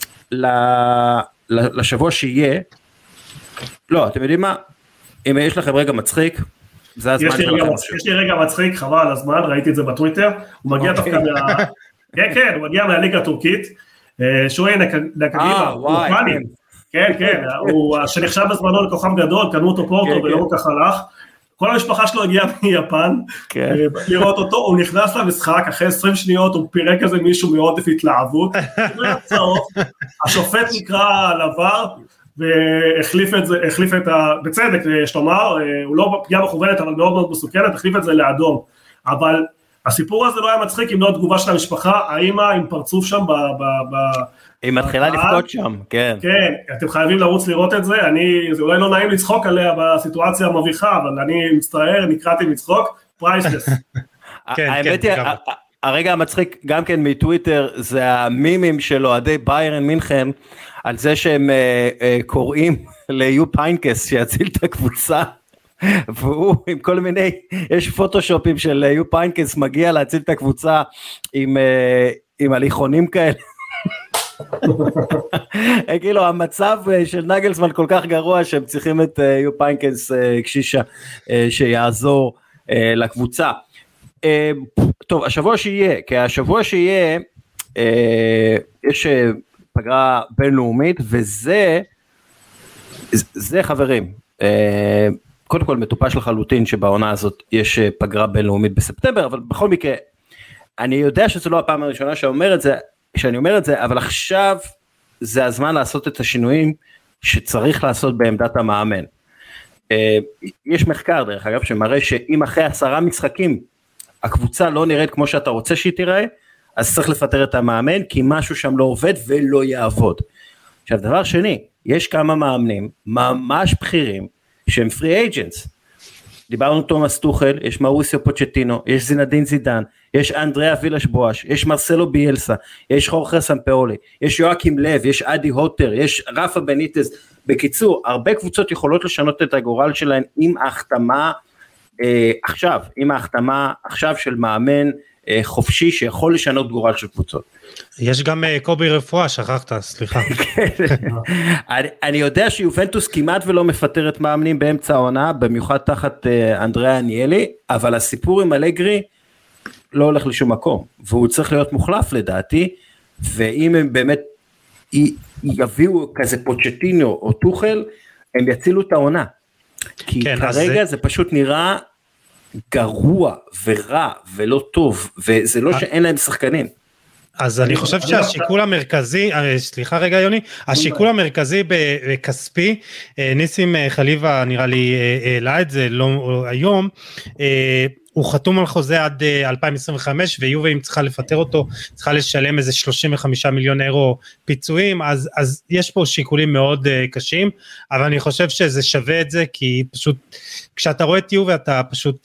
לשבוע שיהיה, לא, אתם יודעים מה, אם יש לכם רגע מצחיק, זה הזמן שלכם. יש לי רגע מצחיק, חבל על הזמן, ראיתי את זה בטוויטר, הוא מגיע דווקא כן, הוא מגיע מהליגה הטורקית, שועי נקגיבה, כן, הוא שנחשב בזמנו לכוכב גדול, קנו אותו פורטו ולא כל כך הלך, כל המשפחה שלו הגיעה מיפן, לראות אותו, הוא נכנס למשחק, אחרי 20 שניות הוא פירק איזה מישהו מעודף התלהבות, השופט נקרא לעבר, והחליף את בצדק, יש לומר, הוא לא פגיעה מכוונת, אבל מאוד מאוד מסוכנת, החליף את זה לאדום, אבל הסיפור הזה לא היה מצחיק, אם לא התגובה של המשפחה, האמא עם פרצוף שם, היא מתחילה לפקוד שם, כן. כן, אתם חייבים לרוץ לראות את זה, זה אולי לא נעים לצחוק עליה בסיטואציה המביכה, אבל אני מצטער, נקראתי מצחוק, פרייסלס. האמת היא, הרגע המצחיק גם כן מטוויטר, זה המימים של אוהדי ביירן מינכן, על זה שהם קוראים ליו פיינקס שיציל את הקבוצה, והוא עם כל מיני, יש פוטושופים של יו פיינקס מגיע להציל את הקבוצה עם הליכונים כאלה. כאילו המצב של נגלסמן כל כך גרוע שהם צריכים את יו פיינקס קשישה שיעזור לקבוצה. טוב, השבוע שיהיה, כי השבוע שיהיה יש פגרה בינלאומית, וזה חברים, קודם כל מטופש לחלוטין שבעונה הזאת יש פגרה בינלאומית בספטמבר, אבל בכל מקרה, אני יודע שזו לא הפעם הראשונה שאני אומר את זה, אבל עכשיו זה הזמן לעשות את השינויים שצריך לעשות בעמדת המאמן. יש מחקר דרך אגב שמראה שאם אחרי 10 משחקים הקבוצה לא נראית כמו שאתה רוצה שהיא תיראה, אז צריך לפטר את המאמן, כי משהו שם לא עובד ולא יעבוד. עכשיו דבר שני, יש כמה מאמנים ממש בכירים שהם פרי אייג'נטס. דיברנו תומאס טוחל, יש מאוריסיו פוצ'טינו, יש זינדין זידן, יש אנדריאה וילש בואש, יש מרסלו ביאלסה, יש חורכה סמפאולי, יש יואקים לב, יש אדי הוטר, יש רפה בניטז. בקיצור, הרבה קבוצות יכולות לשנות את הגורל שלהן עם ההחתמה עכשיו של מאמן חופשי שיכול לשנות גורל של קבוצות. יש גם קובי רפואה, שכחת, סליחה. אני יודע שיובנטוס כמעט ולא מפטרת מאמנים באמצע העונה, במיוחד תחת אנדריאה אניאלי, אבל הסיפור עם אלגרי לא הולך לשום מקום, והוא צריך להיות מוחלף לדעתי, ואם הם באמת יביאו כזה פוצ'טינו או טוחל, הם יצילו את העונה. כי כרגע זה פשוט נראה גרוע ורע ולא טוב, וזה לא שאין להם שחקנים. אז אני חושב שהשיקול המרכזי, סליחה רגע יוני, השיקול המרכזי בכספי, ניסים חליבה נראה לי העלה את זה לא היום, הוא חתום על חוזה עד 2025, ויובה אם צריכה לפטר אותו, צריכה לשלם איזה 35 מיליון אירו פיצויים, אז יש פה שיקולים מאוד קשים, אבל אני חושב שזה שווה את זה, כי פשוט, כשאתה רואה את יובה, אתה פשוט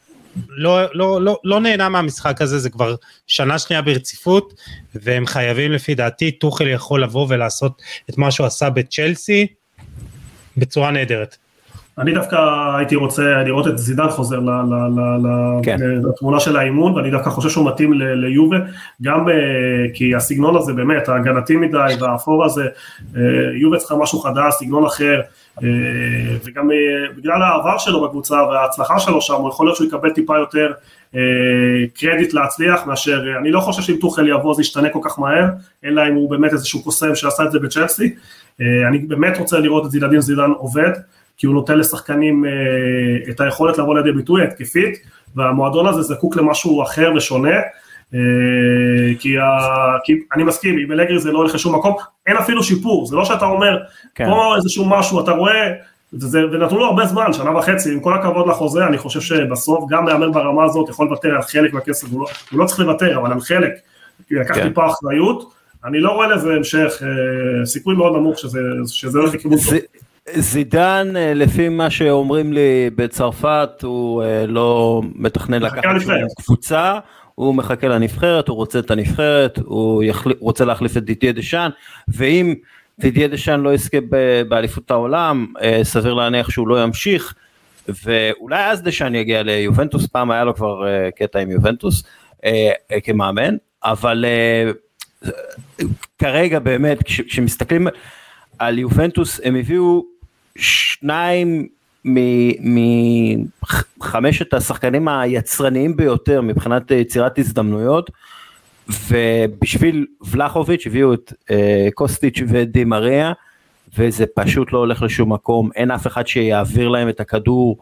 לא נהנה מהמשחק הזה, זה כבר שנה שנייה ברציפות, והם חייבים לפי דעתי, טוחל יכול לבוא ולעשות את מה שהוא עשה בצ'לסי, בצורה נהדרת. אני דווקא הייתי רוצה לראות את זידן חוזר לתמונה של האימון, ואני דווקא חושב שהוא מתאים ליובה, גם כי הסגנון הזה באמת, ההגנתי מדי והאפור הזה, יובה צריכה משהו חדש, סגנון אחר, וגם בגלל העבר שלו בקבוצה וההצלחה שלו שם, הוא יכול להיות שהוא יקבל טיפה יותר קרדיט להצליח, מאשר אני לא חושב שאם טוחל יבוא זה ישתנה כל כך מהר, אלא אם הוא באמת איזשהו קוסם שעשה את זה בצ'לסי. אני באמת רוצה לראות את זינדין זידן עובד, כי הוא נותן לשחקנים את היכולת לבוא לידי ביטוי התקפית, והמועדון הזה זקוק למשהו אחר ושונה, כי אני מסכים, אם אלגרי זה לא הולך לשום מקום, אין אפילו שיפור, זה לא שאתה אומר, פה איזשהו משהו, אתה רואה, ונתנו לו הרבה זמן, 1.5 שנה, עם כל הכבוד לחוזה, אני חושב שבסוף גם מאמן ברמה הזאת יכול לוותר על חלק מהכסף, הוא לא צריך לוותר, אבל על חלק, לקח טיפה אחריות, אני לא רואה לזה המשך, סיכוי מאוד נמוך שזה הולך לכיוון טוב. זידן, לפי מה שאומרים לי בצרפת, הוא לא מתכנן לקחת קבוצה, הוא מחכה לנבחרת, הוא רוצה את הנבחרת, הוא רוצה להחליף את דידיה דשאן, ואם דידיה דשאן לא יזכה באליפות העולם, סביר להניח שהוא לא ימשיך, ואולי אז דשאן יגיע ליובנטוס, פעם היה לו כבר קטע עם יובנטוס, כמאמן, אבל כרגע באמת, כשמסתכלים על יובנטוס, הם הביאו 2 מחמשת השחקנים היצרניים ביותר מבחינת יצירת הזדמנויות, ובשביל ולחוביץ' הביאו את קוסטיץ' ודי מריה, וזה פשוט לא הולך לשום מקום, אין אף אחד שיעביר להם את הכדור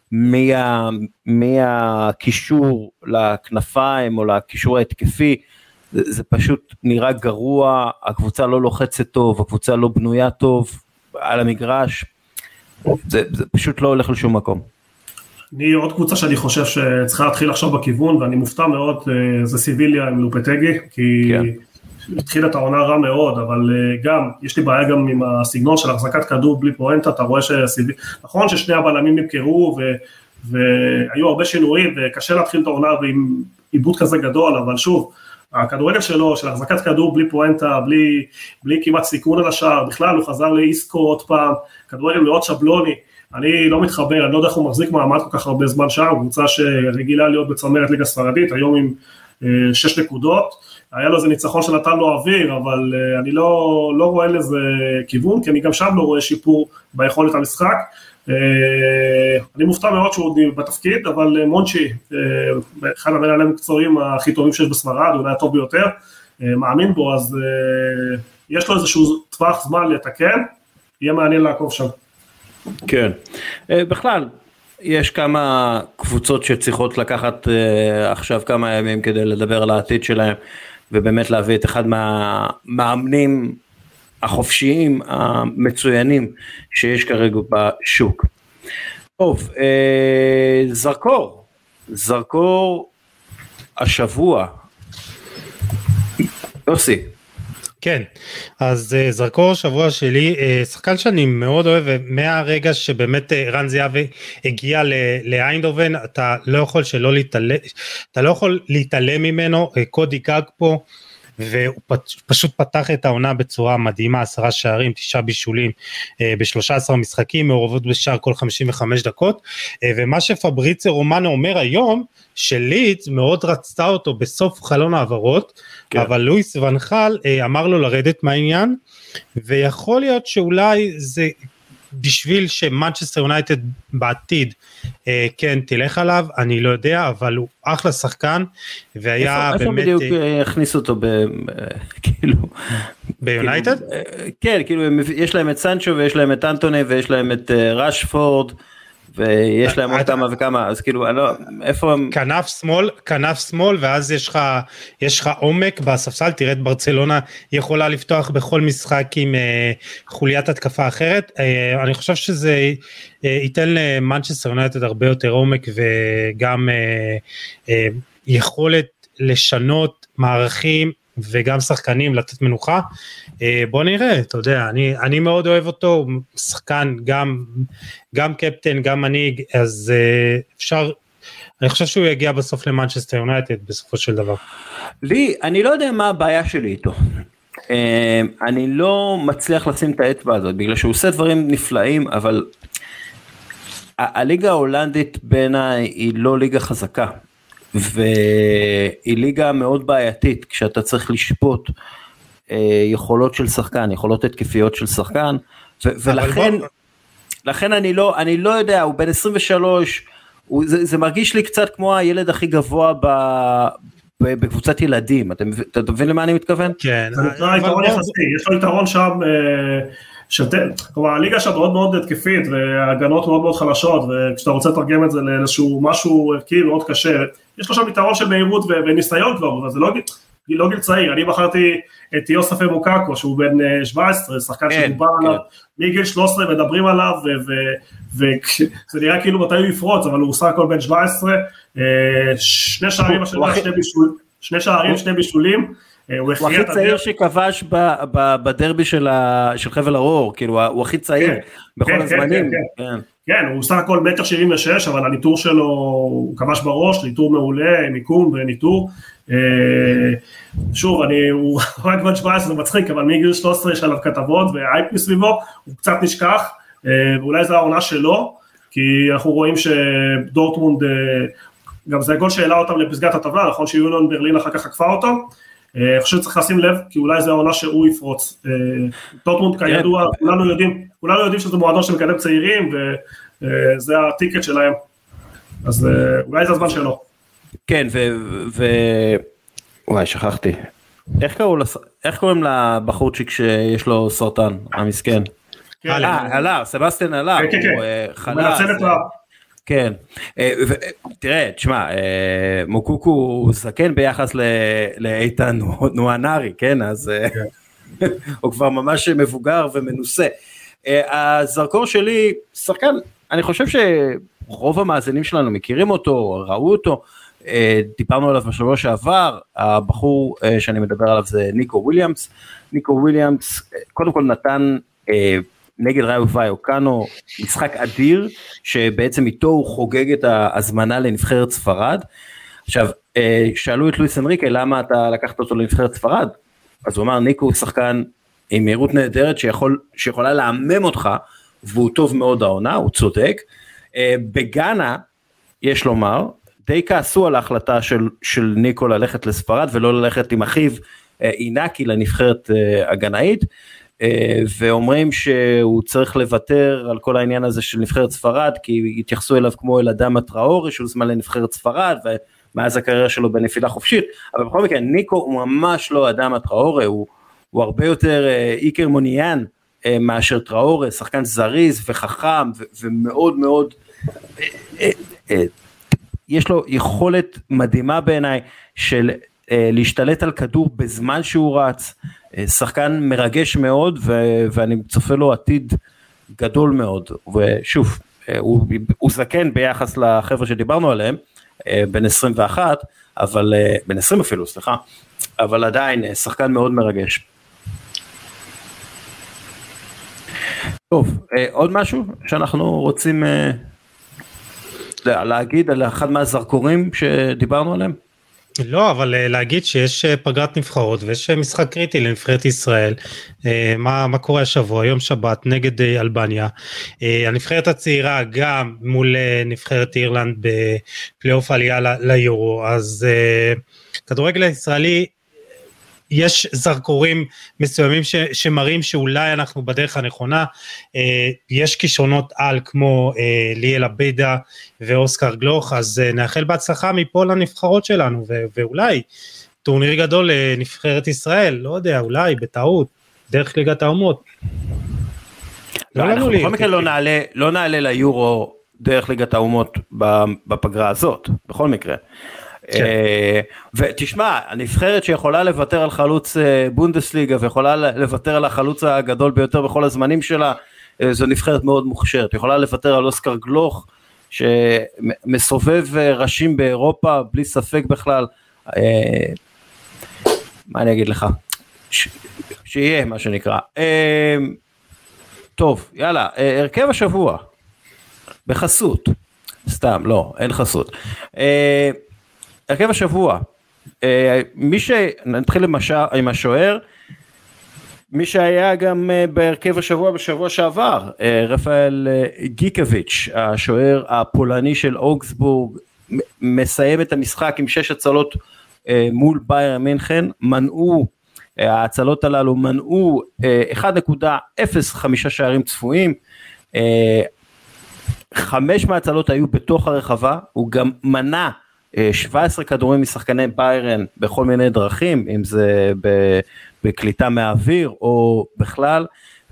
מהקישור לכנפיים או לקישור ההתקפי, זה פשוט נראה גרוע, הקבוצה לא לוחצת טוב, הקבוצה לא בנויה טוב על המגרש, זה פשוט לא הולך לשום מקום. אני עוד קבוצה שאני חושב שצריכה להתחיל לחשוב בכיוון, ואני מופתע מאוד, זה סיביליה עם לופטגי, כי התחיל את העונה רע מאוד, אבל גם, יש לי בעיה גם עם הסגנון של החזקת כדור בלי פואנטה, אתה רואה נכון ששני הבלמים נמכרו, והיו הרבה שינויים, וקשה להתחיל את העונה עם עיבוד כזה גדול, אבל שוב, הכדורגל שלו, של החזקת כדור בלי פואנטה, בלי כמעט סיכון על השער, בכלל הוא חזר לאיסקו עוד פעם, כדורגל מאוד שבלוני, אני לא מתחבר, אני לא יודע איך הוא מחזיק מעמד כל כך הרבה זמן שם, קבוצה שרגילה להיות בצמרת ליגה ספרדית, היום עם 6 נקודות, היה לו איזה ניצחון שנתן לו אוויר, אבל אני לא רואה לזה כיוון, כי אני גם שם לא רואה שיפור ביכולת המשחק, אני מופתע מאוד שהוא בתפקיד, אבל מונצ'י, אחד המנהלים המקצועיים הכי טובים שיש בספרד, אולי הטוב ביותר, מאמין בו, אז יש לו איזשהו טווח זמן לתקן, יהיה מעניין לעקוב שם. כן, בכלל, יש כמה קבוצות שצריכות לקחת עכשיו כמה ימים כדי לדבר על העתיד שלהם, ובאמת להביא את אחד מהמאמנים החופשיים המצוינים שיש כרגע בשוק. טוב, זרקור השבוע, יוסי. כן, אז זרקור שבוע שלי, שחקן שאני מאוד אוהב, מהרגע שבאמת רן זהבי הגיע לאיינדהובן, אתה לא יכול להתעלם ממנו, קודי גאקפו, והוא פשוט פתח את העונה בצורה מדהימה, 10 שערים, 9 בישולים, ב-13 משחקים, מעורבות בשער כל 55 דקות, ומה שפבריציו רומנו אומר היום, שלידס מאוד רצתה אותו בסוף חלון העברות, כן. אבל לואיס ונחל אמר לו לרדת מהעניין, ויכול להיות שאולי זה בשביל שמנצ'סטר יונייטד בעתיד כן תלך עליו, אני לא יודע, אבל הוא אחלה שחקן, והיה איפה באמת... איפה בדיוק הכניס אותו כאילו... ביונייטד? כן, כאילו יש להם את סנצ'ו, ויש להם את אנטוני, ויש להם את רשפורד, ויש להם עוד כמה וכמה, אז כאילו, אני לא, איפה הם... כנף שמאל, ואז יש לך עומק בספסל, תראה את ברצלונה יכולה לפתוח בכל משחק עם חוליית התקפה אחרת, אני חושב שזה ייתן למנצ'סטר יונייטד הרבה יותר עומק, וגם יכולת לשנות מערכים, וגם שחקנים לתת מנוחה, בוא נראה, אתה יודע, אני מאוד אוהב אותו, הוא שחקן גם קפטן, גם מנהיג, אז אפשר, אני חושב שהוא יגיע בסוף למנצ'סטר יונייטד, בסופו של דבר. אני לא יודע מה הבעיה שלי איתו, אני לא מצליח לשים את האצבע הזאת, בגלל שהוא עושה דברים נפלאים, אבל הליגה ההולנדית בעיניי היא לא ליגה חזקה, והיא ליגה מאוד בעייתית, כשאתה צריך לשפוט יכולות של שחקן, יכולות התקפיות של שחקן, ולכן אני לא יודע, הוא בן 23, זה מרגיש לי קצת כמו הילד הכי גבוה בקבוצת ילדים, אתה מבין למה אני מתכוון? כן. זה נקרא יתרון יחסי, יש לו יתרון שם, כלומר הליגה שם מאוד מאוד התקפית, והגנות מאוד מאוד חלשות, וכשאתה רוצה לתרגם את זה לאיזשהו משהו ערכי מאוד קשה, יש לו שם יתרון של מהירות וניסיון כבר, אבל זה לא גיל צעיר, אני בחרתי את יוסף מוקאקו, שהוא בן 17, שחקן שדובר עליו, מגיל 13 מדברים עליו, וזה נראה כאילו מתי הוא יפרוץ, אבל הוא סך הכל בן 17, 2 שערים השנה, 2 שערים, 2 בישולים, הוא הכי צעיר שכבש בדרבי של חבל האור, כאילו הוא הכי צעיר בכל הזמנים. כן, הוא סך הכל 1.76 מטר, אבל הניטור שלו הוא כבש בראש, ניטור מעולה, מיקום וניטור. שוב, הוא רק בן 17, זה מצחיק, אבל מגיל 13 יש עליו כתבות והאייפ מסביבו, הוא קצת נשכח, ואולי זו העונה שלו, כי אנחנו רואים שדורטמונד, גם זה הכל שהעלה אותם לפסגת הטבלה, נכון שיוניון ברלין אחר כך עקפה אותו, אני חושב שצריך לשים לב, כי אולי זה העונה שהוא יפרוץ. דורטמונד כידוע, כולנו יודעים שזה מועדון שמקדם צעירים, וזה הטיקט שלהם. אז אולי זה הזמן שלו. כן, וואי, שכחתי. איך קוראים לבחורצ'יק שיש לו סרטן, המסכן? אלר, סבסטיאן אלר. הוא מנצל את ה... כן, תראה, תשמע, מוקוקו הוא זקן ביחס לאיתן נואנרי, כן, אז הוא כבר ממש מבוגר ומנוסה. הזרקור שלי, שחקן, אני חושב שרוב המאזינים שלנו מכירים אותו, ראו אותו, דיברנו עליו בשבוע שעבר, הבחור שאני מדבר עליו זה ניקו וויליאמס, קודם כל נתן נגד ראיו ויוקאנו, משחק אדיר, שבעצם איתו הוא חוגג את ההזמנה לנבחרת ספרד. עכשיו, שאלו את לואיס אנריקה, למה אתה לקחת אותו לנבחרת ספרד? אז הוא אמר, ניקו הוא שחקן עם מהירות נהדרת, שיכולה להמם אותך, והוא טוב מאוד העונה, הוא צודק. בגאנה, יש לומר, די כעסו על ההחלטה של ניקו ללכת לספרד, ולא ללכת עם אחיו אינקי לנבחרת הגנאית, ואומרים שהוא צריך לוותר על כל העניין הזה של נבחרת ספרד, כי התייחסו אליו כמו אל אדם הטראורי, שהוא זמן לנבחרת ספרד, ומאז הקריירה שלו בנפילה חופשית, אבל בכל מקרה, ניקו הוא ממש לא אדם הטראורי, הוא הרבה יותר איקר מוניאן, מאשר טראורי, שחקן זריז וחכם, ומאוד מאוד יש לו יכולת מדהימה בעיניי של להשתלט על כדור בזמן שהוא רץ, שחקן מרגש מאוד ואני צופה לו עתיד גדול מאוד, ושוב, הוא זקן ביחס לחבר'ה שדיברנו עליהם, בין 21, אבל, בין 20 אפילו, סליחה, אבל עדיין שחקן מאוד מרגש. טוב, עוד משהו שאנחנו רוצים להגיד על אחד מהזרקורים שדיברנו עליהם? לא, אבל להגיד שיש פגרת נבחרות ויש משחק קריטי לנבחרת ישראל. מה קורה השבוע? יום שבת נגד אלבניה. הנבחרת הצעירה גם מול נבחרת אירלנד בפלייאוף עלייה ליורו. אז כדורגל הישראלי, יש זרקורים מסוימים שמראים שאולי אנחנו בדרך הנכונה, יש כישרונות על כמו ליאל אבידה ואוסקר גלוך, אז נאחל בהצלחה מפה לנבחרות שלנו, ואולי טורניר גדול לנבחרת ישראל, לא יודע, אולי בטעות, דרך ליגת האומות. אנחנו בכל מקרה לא נעלה ליורו דרך ליגת האומות בפגרה הזאת, בכל מקרה. ותשמע, הנבחרת שיכולה לוותר על חלוץ בונדסליגה ויכולה לוותר על החלוץ הגדול ביותר בכל הזמנים שלה, זו נבחרת מאוד מוכשרת, יכולה לוותר על אוסקר גלוך שמסובב ראשים באירופה בלי ספק בכלל. מה אני אגיד לך, שיהיה מה שנקרא. טוב, יאללה, הרכב השבוע בחסות, סתם, לא, אין חסות. הרכב השבוע, נתחיל עם השוער, מי שהיה גם בהרכב השבוע בשבוע שעבר, רפאל גיקוביץ', השוער הפולני של אוגסבורג, מסיים את המשחק עם 6 הצלות מול ביירן מינכן, ההצלות הללו מנעו 1.05 שערים צפויים, 5 מההצלות היו בתוך הרחבה, הוא גם מנע 17 כדורים משחקני ביירן בכל מיני דרכים, אם זה בקליטה מהאוויר או בכלל,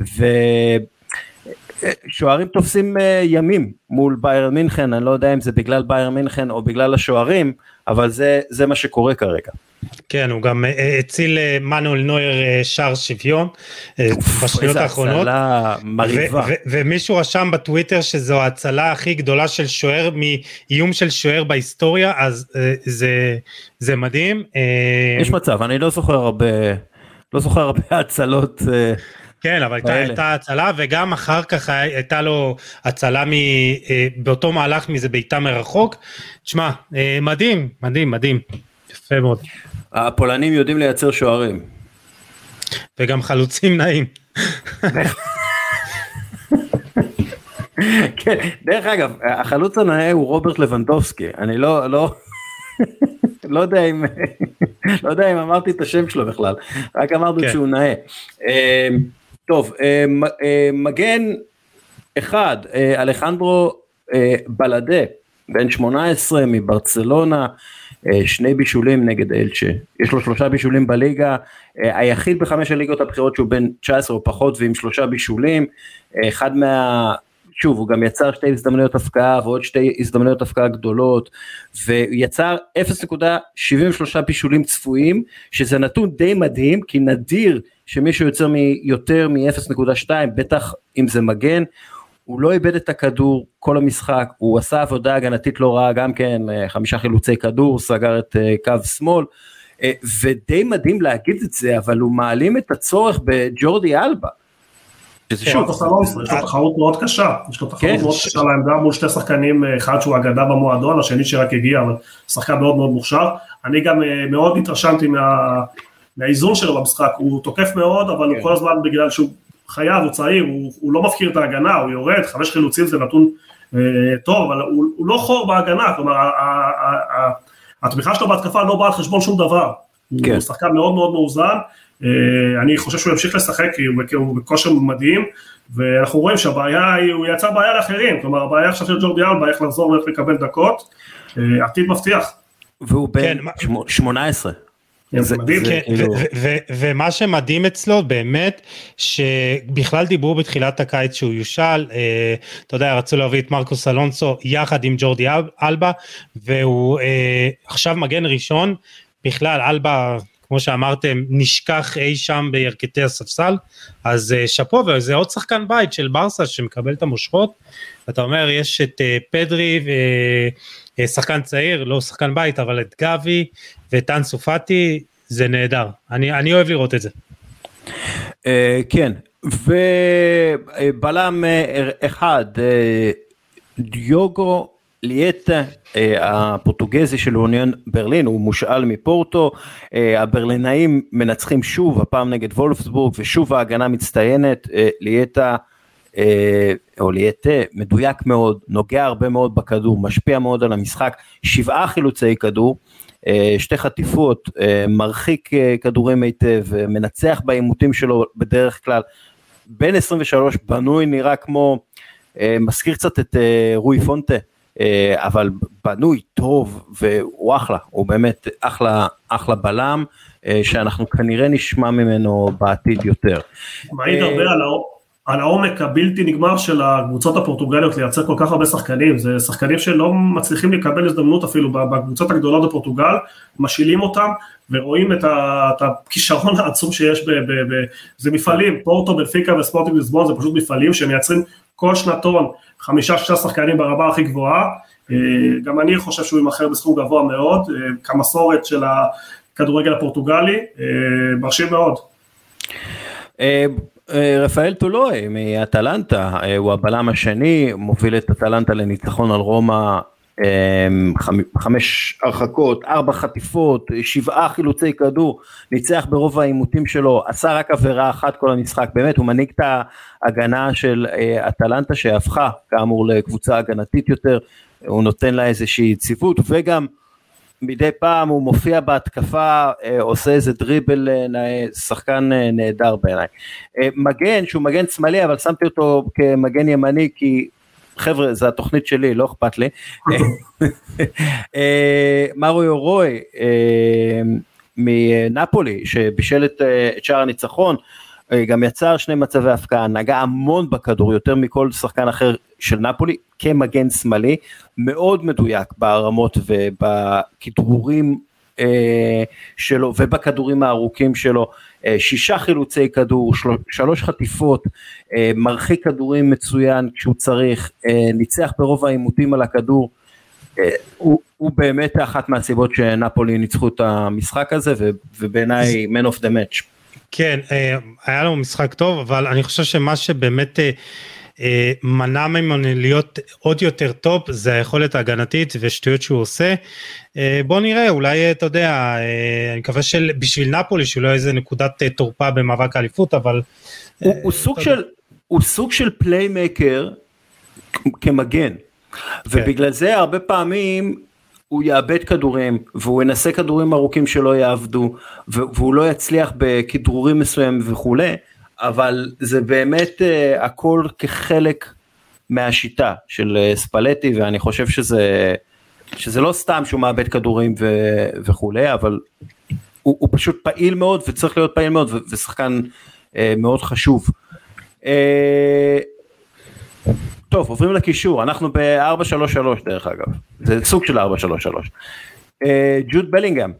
ושוערים תופסים ימים מול ביירן מינכן, אני לא יודע אם זה בגלל ביירן מינכן או בגלל השוערים, אבל זה מה שקורה כרגע. כן, הוא גם הציל מנואל נויר שער שוויון בשניות האחרונות, ומישהו רשם בטוויטר שזו ההצלה הכי גדולה של שוער, מאיום של שוער בהיסטוריה, אז זה מדהים. יש מצב, אני לא זוכר הרבה הצלות. כן, אבל הייתה הצלה, וגם אחר כך הייתה לו הצלה באותו מהלך מזה בעיטה מרחוק. תשמע, מדהים, מדהים, מדהים. יפה מאוד. הפולנים יודעים לייצר שוערים. וגם חלוצים נעים. כן, דרך אגב, החלוץ הנאה הוא רוברט לבנדובסקי. אני לא יודע אם אמרתי את השם שלו בכלל, רק אמרתי שהוא נאה. טוב, מגן אחד, אלחנדרו בלדה, בן 18 מברצלונה, 2 בישולים נגד אלצ'ה, יש לו 3 בישולים בליגה, היחיד ב5 הליגות הבחירות שהוא בן 19 או פחות ועם 3 בישולים, שוב הוא גם יצר 2 הזדמנויות הפקעה ועוד 2 הזדמנויות הפקעה גדולות, ויצר 0.73 בישולים צפויים, שזה נתון די מדהים, כי נדיר שמישהו יוצר יותר מ-0.2, בטח אם זה מגן, הוא לא איבד את הכדור כל המשחק, הוא עשה עבודה הגנתית לא רעה, גם כן 5 חילוצי כדור, סגר את קו שמאל, ודי מדהים להגיד את זה, אבל הוא מעלים את הצורך בג'ורדי אלבה. יש לו תחרות מאוד קשה, יש לו תחרות מאוד קשה לעמדה מול 2 שחקנים, אחד שהוא אגדה במועדון, השני שרק הגיע, אבל שחקן מאוד מאוד מוכשר. אני גם מאוד התרשמתי מהאיזון שלו במשחק, הוא תוקף מאוד, אבל הוא כל הזמן בגלל שהוא חייב, הוא צעיר, הוא לא מפקיר את ההגנה, הוא יורד, 5 חילוצים זה נתון טוב, אבל הוא לא חור בהגנה, כלומר, התמיכה שלו בהתקפה לא באה על חשבון שום דבר, הוא שחקן מאוד מאוד מאוזן, אני חושב שהוא ימשיך לשחק, כי הוא בכושר מדהים, ואנחנו רואים שהבעיה, הוא יצר בעיה לאחרים, כלומר, הבעיה עכשיו של ג'ורדי אלבה, איך לחזור ואיך לקבל דקות, עתיד מבטיח. והוא בן 18. זה מדהים. ומה שמדהים אצלו באמת, שבכלל דיברו בתחילת הקיץ שהוא יושל, אתה יודע, רצו להביא את מרקוס אלונסו יחד עם ג'ורדי אלבה, והוא עכשיו מגן ראשון, בכלל אלבה, כמו שאמרתם, נשכח אי שם בירכתי הספסל, אז שפו, וזה עוד שחקן בית של ברסה שמקבל את המושכות, אתה אומר, יש את פדרי, שחקן צעיר, לא שחקן בית, אבל את גבי, ואת אנסו פאטי, זה נהדר, אני אוהב לראות את זה. כן, ובלם אחד, דיוגו ליאטה, הפורטוגזי של אוניון ברלין, הוא מושאל מפורטו, הברלינאים מנצחים שוב, הפעם נגד וולפסבורג, ושוב ההגנה מצטיינת, ליאטה, או ליאטה, מדויק מאוד, נוגע הרבה מאוד בכדור, משפיע מאוד על המשחק, 7 חילוצי כדור, 2 חטיפות, מרחיק כדורים היטב, מנצח באימותים שלו בדרך כלל, בין 23 בנוי נראה כמו, מזכיר קצת את רוי פונטה, אבל בנוי טוב והוא אחלה, הוא באמת אחלה בלם, שאנחנו כנראה נשמע ממנו בעתיד יותר. מעיד הרבה על העומק הבלתי נגמר של הקבוצות הפורטוגליות לייצר כל כך הרבה שחקנים, זה שחקנים שלא מצליחים לקבל הזדמנות אפילו בקבוצות הגדולות בפורטוגל, משילים אותם ורואים את הכישרון העצום שיש, זה מפעלים, פורטו, בנפיקה וספורטינג ליסבון, זה פשוט מפעלים שמייצרים כל שנתון 5-6 שחקנים ברמה הכי גבוהה, גם אני חושב שהוא ימחר בסכום גבוה מאוד, כמסורת של הכדורגל הפורטוגלי, מרשים מאוד. רפאל טולוי מאטלנטה, הוא הבלם השני, מוביל את אטלנטה לניצחון על רומא, 5 הרחקות, 4 חטיפות, 7 חילוצי כדור, ניצח ברוב האימותים שלו, עשה רק עבירה אחת כל המשחק, באמת הוא מנהיג את ההגנה של אטלנטה שהפכה כאמור לקבוצה הגנתית יותר, הוא נותן לה איזושהי יציבות, וגם מדי פעם הוא מופיע בהתקפה, עושה איזה דריבל, שחקן נהדר בעיניי. מגן, שהוא מגן שמאלי, אבל שמתי אותו כמגן ימני, כי חבר'ה, זה התוכנית שלי, לא אכפת לי. מריו רוי, מנפולי, שבישל את שער הניצחון, גם יצר 2 מצבי הפקעה, נגע המון בכדור, יותר מכל שחקן אחר של נפולי, כמגן שמאלי, מאוד מדויק ברמות ובכדרורים שלו, ובכדורים הארוכים שלו, 6 חילוצי כדור, 3 חטיפות, מרחיק כדורים מצוין כשהוא צריך, ניצח ברוב האימותים על הכדור, הוא באמת אחת מהסיבות שנפולי ניצחו את המשחק הזה, ובעיניי man of the match. כן, היה לנו משחק טוב, אבל אני חושב שמה שבאמת מנע ממנו להיות עוד יותר טוב, זה היכולת ההגנתית ושטויות שהוא עושה. בוא נראה, אולי אתה יודע, אני מקווה שבשביל נפולי, שהוא לא איזה נקודת תורפה במאבק האליפות, אבל... הוא סוג של פליימקר כמגן, ובגלל זה הרבה פעמים... הוא יאבד כדורים, והוא ינסה כדורים ארוכים שלא יעבדו, והוא לא יצליח בכדרורים מסוים וכו', אבל זה באמת הכל כחלק מהשיטה של ספלטי, ואני חושב שזה לא סתם שהוא מאבד כדורים וכו', אבל הוא פשוט פעיל מאוד, וצריך להיות פעיל מאוד, ושחקן מאוד חשוב. טוב, עוברים לקישור, אנחנו ב-4-3-3 דרך אגב, זה סוג של 4-3-3. ג'וד בלינגהם,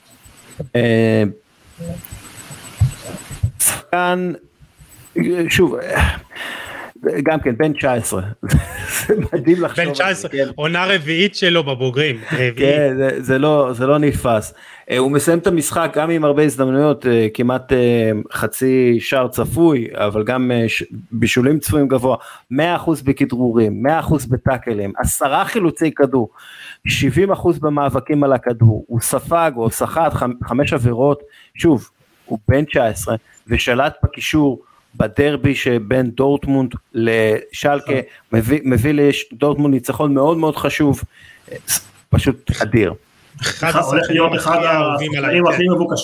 שחקן, שוב, גם כן, בן 19, זה מדהים לחשוב. בן 19, עונה רביעית שלו בבוגרים. כן, זה לא נתפס. הוא מסיים את המשחק גם עם הרבה הזדמנויות, כמעט חצי שער צפוי, אבל גם בישולים צפויים גבוה, 100% בכדרורים, 100% בטאקלים, 10 חילוצי כדור, 70% במאבקים על הכדור, הוא ספג או סחט 5 עבירות, שוב, הוא בן 19, ושלט בקישור, בדרבי שבין דורטמונד לשלקה, מביא לדורטמונד ניצחון מאוד מאוד חשוב, פשוט אדיר. הולך להיות אחד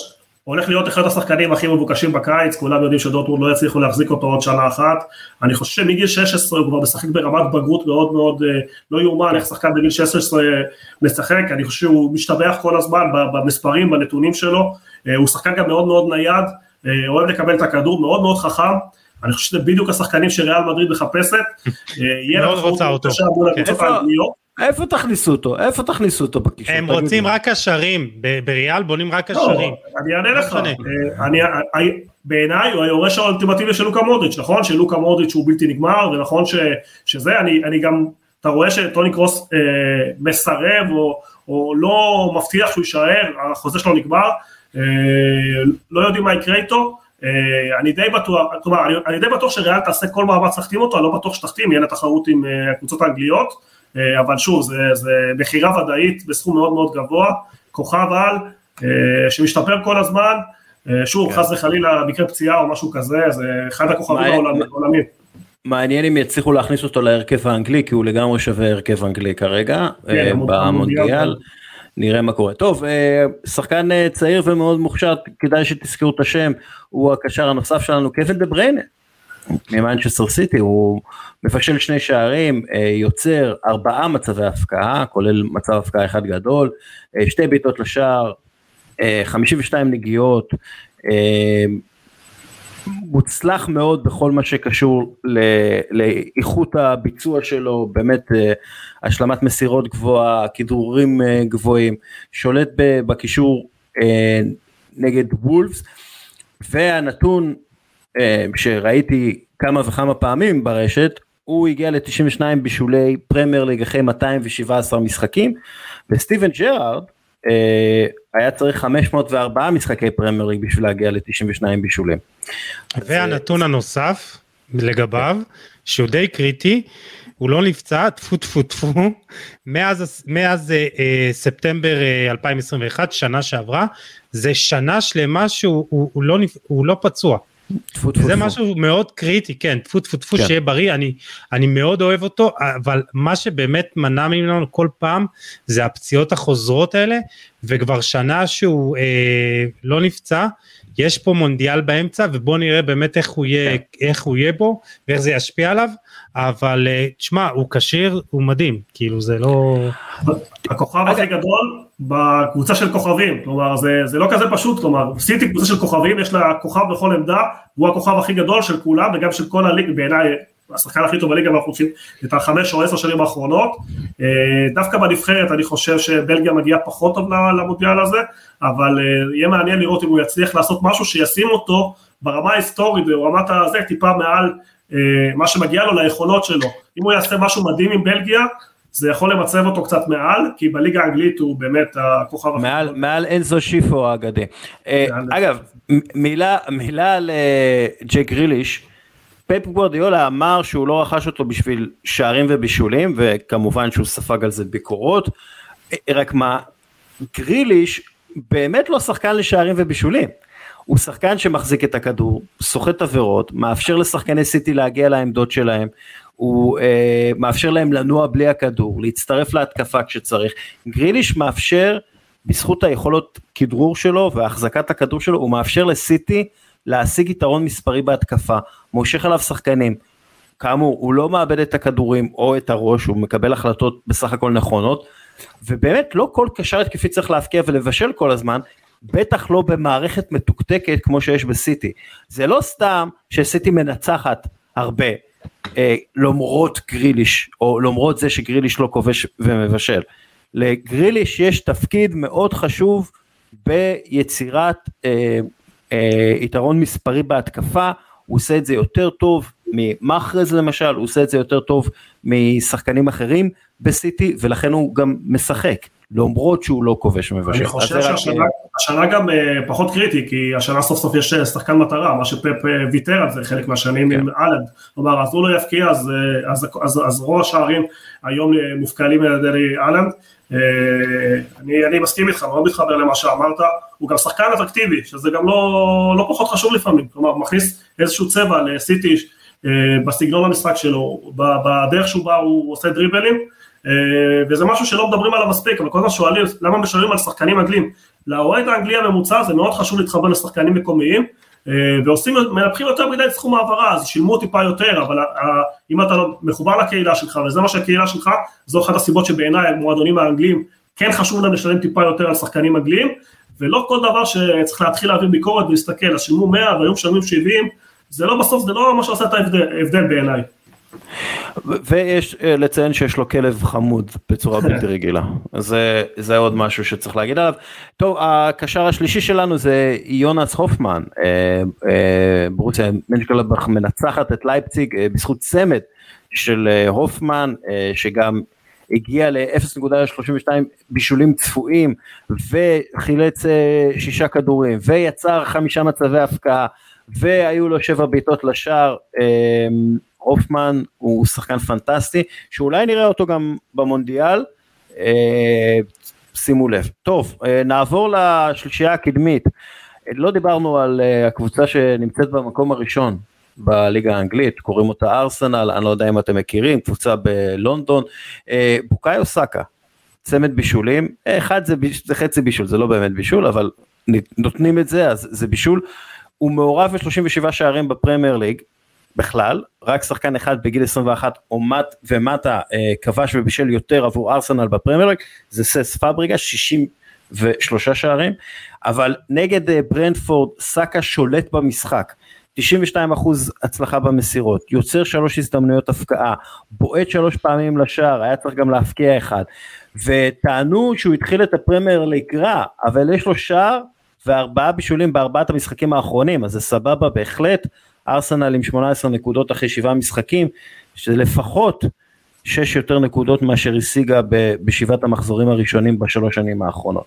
הולך להיות אחד השחקנים הכי מבוקשים בקיץ, כולם יודעים שדורטמונד לא יצליחו להחזיק אותו עוד שנה אחת, אני חושב שמגיל 16 הוא כבר משחק ברמת בגרות מאוד מאוד, לא יאומן איך שחקן בגיל 16 משחק, אני חושב שהוא משתבח כל הזמן במספרים, בנתונים שלו, הוא שחקן גם מאוד מאוד נייד, אוהב לקבל את הכדור, מאוד מאוד חכם, אני חושב שזה בדיוק השחקנים שריאל מדריד מחפשת, מאוד רוצה אותו. איפה תכניסו אותו בקישור? הם רוצים רק קשרים, בריאל בונים רק קשרים. אני אענה לך, בעיניי הוא היורש האולטימטיבי של לוקה מודריץ', נכון? שלוקה מודריץ' הוא בלתי נגמר, ונכון שזה, אני גם, אתה רואה שטוני קרוס מסרב, או לא מבטיח שהוא יישאר, החוזה שלו נגמר, לא יודעים מה יקרה איתו, אני די בטוח שריאל תעשה כל מאמץ להחתים אותו, אני לא בטוח שתחתים, יהיה תחרות עם הקבוצות האנגליות, אבל שוב, זה מחירה ודאית בסכום מאוד מאוד גבוה, כוכב על, שמשתפר כל הזמן, שוב, חס וחלילה, מקרה פציעה או משהו כזה, זה אחד הכוכבים העולמים. מעניין אם יצליחו להכניס אותו להרכב האנגלי, כי הוא לגמרי שווה הרכב האנגלי כרגע, במונדיאל, נראה מה קורה. טוב, שחקן צעיר ומאוד מוכשר, כדאי שתזכרו את השם, הוא הקשר הנוסף שלנו, קווין דה בריינה, ממנצ'סטר סיטי, הוא מפשל 2 שערים, יוצר 4 מצבי הפקעה, כולל מצב הפקעה אחד גדול, 2 בעיטות לשער, 52 נגיעות, מוצלח מאוד בכל מה שקשור לאיכות הביצוע שלו, באמת השלמת מסירות גבוהה, כדרורים גבוהים, שולט בקישור נגד וולפס, והנתון שראיתי כמה וכמה פעמים ברשת, הוא הגיע ל-92 בישולי פרמייר ליג אחרי 217 משחקים, וסטיבן ג'רארד היה צריך 504 משחקי פרמייר ליג בשביל להגיע ל-92 בישולים. והנתון הנוסף לגביו, שהוא די קריטי, הוא לא נפצע, טפו טפו טפו, מאז ספטמבר 2021, שנה שעברה, זה שנה שלמה שהוא לא פצוע. זה משהו מאוד קריטי, כן, טפו טפו טפו, שיהיה בריא, אני מאוד אוהב אותו, אבל מה שבאמת מנע ממנו כל פעם, זה הפציעות החוזרות האלה, וכבר שנה שהוא לא נפצע, יש פה מונדיאל באמצע, ובוא נראה באמת איך הוא יהיה בו, ואיך זה ישפיע עליו, אבל תשמע, הוא קשיר, הוא מדהים, כאילו זה לא... הכוכב הכי גדול בקבוצה של כוכבים, כלומר זה לא כזה פשוט, כלומר סיטי קבוצה של כוכבים, יש לה כוכב בכל עמדה, והוא הכוכב הכי גדול של כולם, וגם של כל הליג, בעיניי השחקן הכי טוב בליגה, ואנחנו חושבים את 5 או 10 שנים האחרונות, דווקא בנבחרת אני חושב שבלגיה מגיעה פחות טוב למונדיאל הזה, אבל יהיה מעניין לראות אם הוא יצליח לעשות משהו שישים אותו ברמה ההיסטורית, ברמת הזה טיפה מעל מה שמגיע לו ליכולות שלו, אם הוא יעשה משהו מדהים עם בלגיה, זה יכול למצב אותו קצת מעל, כי בליגה האנגלית הוא באמת הכוכב מעל אנזו שיפו האגדי. אגב, מילה על ג'ק גריליש, פפ גוארדיולה אמר שהוא לא רכש אותו בשביל שערים ובישולים, וכמובן שהוא ספג על זה ביקורות, רק מה, גריליש באמת לא שחקן לשערים ובישולים, הוא שחקן שמחזיק את הכדור, סוחט עבירות, מאפשר לשחקני סיטי להגיע לעמדות שלהם, הוא מאפשר להם לנוע בלי הכדור, להצטרף להתקפה כשצריך, גריליש מאפשר, בזכות היכולות כדרור שלו והחזקת הכדור שלו, הוא מאפשר לסיטי להשיג יתרון מספרי בהתקפה, מושך עליו שחקנים, כאמור, הוא לא מאבד את הכדורים או את הראש, הוא מקבל החלטות בסך הכל נכונות, ובאמת לא כל קשר התקפי צריך להפקיע ולבשל כל הזמן, בטח לא במערכת מתוקתקת כמו שיש בסיטי, זה לא סתם שסיטי מנצחת הרבה, למרות גריליש, או למרות זה שגריליש לא כובש ומבשל, לגריליש יש תפקיד מאוד חשוב ביצירת יתרון מספרי בהתקפה, הוא עושה את זה יותר טוב ממחרז למשל, הוא עושה את זה יותר טוב משחקנים אחרים בסיטי, ולכן הוא גם משחק, למרות שהוא לא כובש ומבשל. אני חושב שהשנה גם פחות קריטי, כי השנה סוף סוף יש שחקן מטרה, מה שפפ ויתר על זה חלק מהשנים עם אלנד, כלומר, אז הוא לא יפקיע, אז רוב השערים היום מופקעים על ידי אלנד, אני מסכים איתך, מאוד מתחבר למה שאמרת, הוא גם שחקן אטרקטיבי, שזה גם לא פחות חשוב לפעמים, כלומר, מכניס איזשהו צבע לסיטי, בסגנון המשחק שלו, בדרך שהוא בא הוא עושה דריבלים, וזה משהו שלא מדברים עליו מספיק, אבל כל הזמן שואלים, למה משלמים על שחקנים אנגלים? לאוהד האנגלי הממוצע זה מאוד חשוב להתחבר לשחקנים מקומיים, מנפחים יותר מדי סכום העברה, אז שילמו טיפה יותר, אבל אם אתה מחובר לקהילה שלך, וזה מה שהקהילה שלך, זו אחת הסיבות שבעיניי המועדונים האנגלים, כן חשוב להם לשלם טיפה יותר על שחקנים אנגלים, ולא כל דבר שצריך להתחיל להעביר ביקורת ולהסתכל, אז שילמו 100 והיום משלמים 70, זה לא בסוף, זה לא מה שעושה את ההבדל בעיניי. ויש לציין שיש לו כלב חמוד בצורה בלתי רגילה, אז זה עוד משהו שצריך להגיד עליו. טוב, הקשר השלישי שלנו זה יונס הופמן, ברוסיה מנשגלדבך מנצחת את לייפציג בזכות צמד של הופמן, שגם הגיע ל-0.32 בישולים צפויים, וחילץ 6 כדורים, ויצר 5 מצבי הפקעה, והיו לו 7 בעיטות לשער. הופמן הוא שחקן פנטסטי, שאולי נראה אותו גם במונדיאל, שימו לב. טוב, נעבור לשלישייה הקדמית, לא דיברנו על הקבוצה שנמצאת במקום הראשון, בליגה האנגלית, קוראים אותה ארסנל, אני לא יודע אם אתם מכירים, קבוצה בלונדון, בוקאיו סאקה, צמד בישולים, אחד זה חצי בישול, זה לא באמת בישול, אבל נותנים את זה, אז זה בישול, הוא מעורב ב-37 שערים בפרמייר ליג, בכלל, רק שחקן אחד בגיל 21 ומטה כבש ובישל יותר עבור ארסנל בפרמייר ליג, זה סס פאבריגה, 63 שערים, אבל נגד ברנטפורד, סאקה שולט במשחק, 92% הצלחה במסירות, יוצר 3 הזדמנויות הפקעה, בועט 3 פעמים לשער, היה צריך גם להפקיע אחד, וטענו שהוא התחיל את הפרמייר ליג רע, אבל יש לו שער ו4 בישולים ב4 המשחקים האחרונים, אז זה סבבה בהחלט, ארסנל עם 18 נקודות אחרי 7 משחקים, שזה לפחות 6 יותר נקודות מאשר השיגה ב7 המחזורים הראשונים ב3 שנים האחרונות.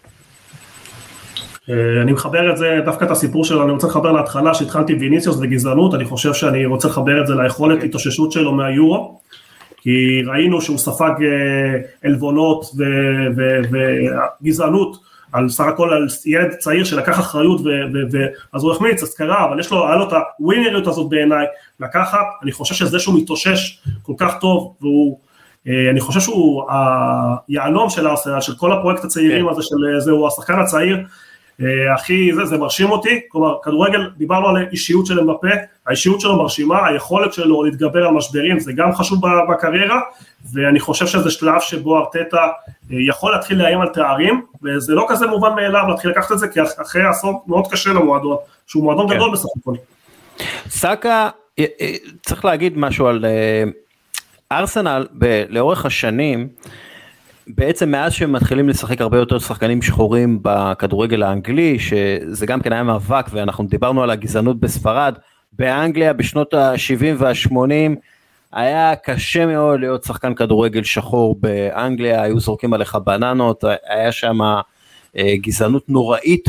אני מחבר את זה, דווקא את הסיפור שלו, אני רוצה לחבר להתחלה שהתחלתי ויניסיוס וגזענות, אני חושב שאני רוצה לחבר את זה ליכולת התאוששות שלו מהיורו, כי ראינו שהוא ספג אלבונות וגזענות, על סך הכל על ילד צעיר שלקח אחריות, אז הוא החמיץ, אז קרה, אבל היה לו את הווינריות הזאת בעיניי, לקחת, אני חושב שזה שהוא מתאושש כל כך טוב, אני חושב שהוא היעלום של ארסנל, של כל הפרויקט הצעירים הזה, הוא השחקן הצעיר, הכי זה מרשים אותי, כלומר, כדורגל, דיברנו על אישיות של אמבפה, האישיות שלו מרשימה, היכולת שלו להתגבר על משברים, זה גם חשוב בקריירה, ואני חושב שזה שלב שבו ארטטה יכול להתחיל לאיים על תארים, וזה לא כזה מובן מאליו להתחיל לקחת את זה, כי אחרי עשור מאוד קשה למועדון, שהוא מועדון גדול בסך הכל. סאקה, צריך להגיד משהו על ארסנל, לאורך השנים, בעצם מאז שהם מתחילים לשחק הרבה יותר שחקנים שחורים בכדורגל האנגלי, שזה גם כן היה מאבק, ואנחנו דיברנו על הגזענות בספרד, באנגליה בשנות ה-70 וה-80, היה קשה מאוד להיות שחקן כדורגל שחור באנגליה, היו זורקים עליך בננות, היה שם גזענות נוראית,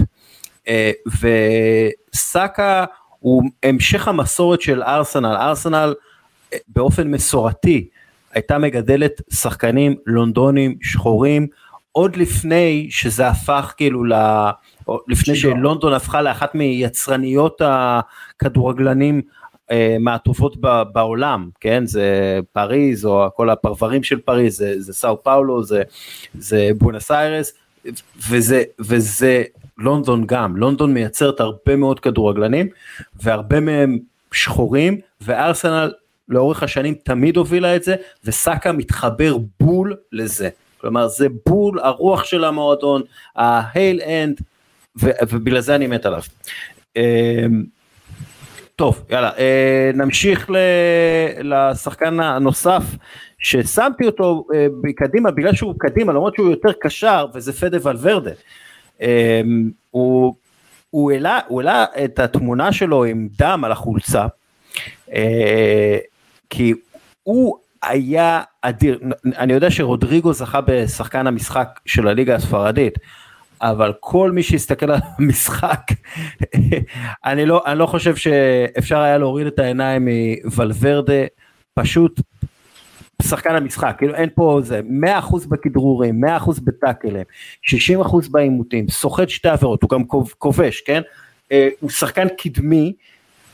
וסאקה הוא המשך המסורת של ארסנל, ארסנל באופן מסורתי, הייתה מגדלת שחקנים לונדונים שחורים, עוד לפני שזה הפך כאילו, לפני שלונדון הפכה לאחת מיצרניות הכדורגלנים מהטובות בעולם, כן, זה פריז, או כל הפרברים של פריז, זה סאו פאולו, זה בואנוס איירס, וזה לונדון גם, לונדון מייצרת הרבה מאוד כדורגלנים, והרבה מהם שחורים, וארסנל, לאורך השנים תמיד הובילה את זה, וסאקה מתחבר בול לזה, כלומר זה בול הרוח של המועדון, ההייל אנד, ובגלל זה אני מת עליו. טוב, יאללה, נמשיך לשחקן הנוסף, ששמתי אותו בקדימה, בגלל שהוא קדימה, למרות שהוא יותר קשר, וזה פדה ולוורדה, הוא העלה את התמונה שלו עם דם על החולצה, כי הוא היה אדיר, אני יודע שרודריגו זכה בשחקן המשחק של הליגה הספרדית, אבל כל מי שיסתכל על המשחק, אני לא חושב שאפשר היה להוריד את העיניים מוולברדה, פשוט שחקן המשחק, כאילו אין פה זה, 100% בכדרורים, 100% בטאקלים, 60% באימותים, סוחט 2 עבירות, הוא גם כובש, כן? הוא שחקן קדמי,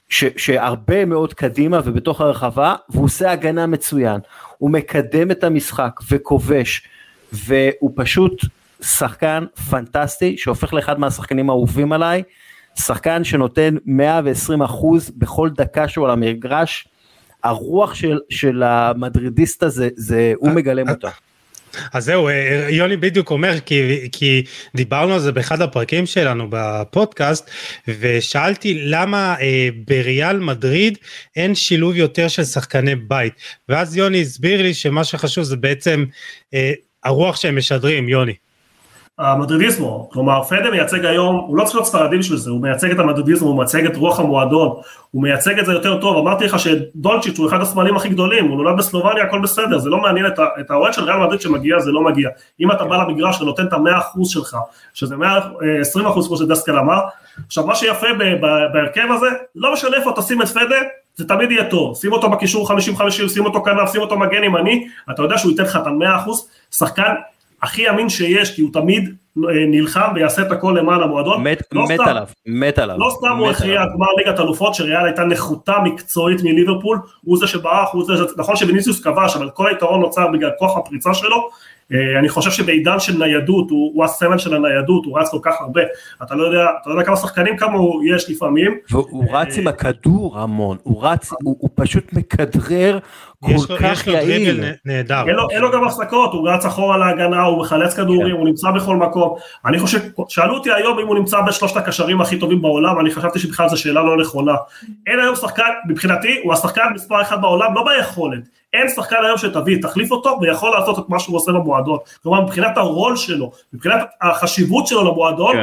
שהרבה מאוד קדימה ובתוך הרחבה, והוא עושה הגנה מצוין, הוא מקדם את המשחק וכובש, והוא פשוט שחקן פנטסטי, שהופך לאחד מהשחקנים האהובים עליי, שחקן שנותן 120% בכל דקה שהוא על המגרש, הרוח של המדרידיסט הזה, הוא מגלם אותה. אז זהו, יוני בדיוק אומר, כי דיברנו על זה באחד הפרקים שלנו בפודקאסט, ושאלתי למה בריאל מדריד אין שילוב יותר של שחקני בית, ואז יוני הסביר לי שמה שחשוב זה בעצם הרוח שהם משדרים, יוני. המדרידיזמו, כלומר פדה מייצג היום, הוא לא צריך להיות ספרדי בשביל זה, הוא מייצג את המדרידיזמו, הוא מייצג את רוח המועדון, הוא מייצג את זה יותר טוב, אמרתי לך שדולצ'יץ' הוא אחד הסמלים הכי גדולים, הוא נולד בסלובניה, הכל בסדר, זה לא מעניין את האוהד של ריאל מדריד שמגיע, זה לא מגיע, אם אתה בא למגרש ונותן את 100% שלך, שזה 120% כמו שדסקל אמר, עכשיו מה שיפה בהרכב הזה, לא משנה איפה תשים את פדה, זה תמיד יהיה טוב, שים אותו בקישור 50-50, שים אותו כנף, שים אותו מגן ימני, אתה יודע שהוא ייתן לך את 100%, שחקן הכי אמין שיש, כי הוא תמיד נלחם ויעשה את הכל למען המועדון. מת עליו. לא סתם הוא הכריע גמר ליגת אלופות, שריאל הייתה נחותה מקצועית מליברפול, הוא זה שברח, נכון שוויניסיוס כבש, אבל כל היתרון נוצר בגלל כוח הפריצה שלו, אני חושב שבעידן של ניידות, הוא הסמל של הניידות, הוא רץ כל כך הרבה, אתה לא יודע כמה שחקנים כמה יש לפעמים. והוא רץ עם הכדור המון, הוא פשוט מכדרר כל כך יעיל. אין לו גם הפסקות, הוא רץ אחורה להגנה, הוא מחלץ כדורים, הוא נמצא בכל מקום. אני חושב, שאלו אותי היום אם הוא נמצא בשלושת הקשרים הכי טובים בעולם, אני חשבתי שבכלל זו שאלה לא נכונה. אין היום שחקן, מבחינתי, הוא השחקן מספר אחד בעולם, לא ביכולת. אין שחקן היום שתביא, תחליף אותו, ויכול לעשות את מה שהוא עושה במועדון. כלומר, מבחינת הרול שלו, מבחינת החשיבות שלו למועדון,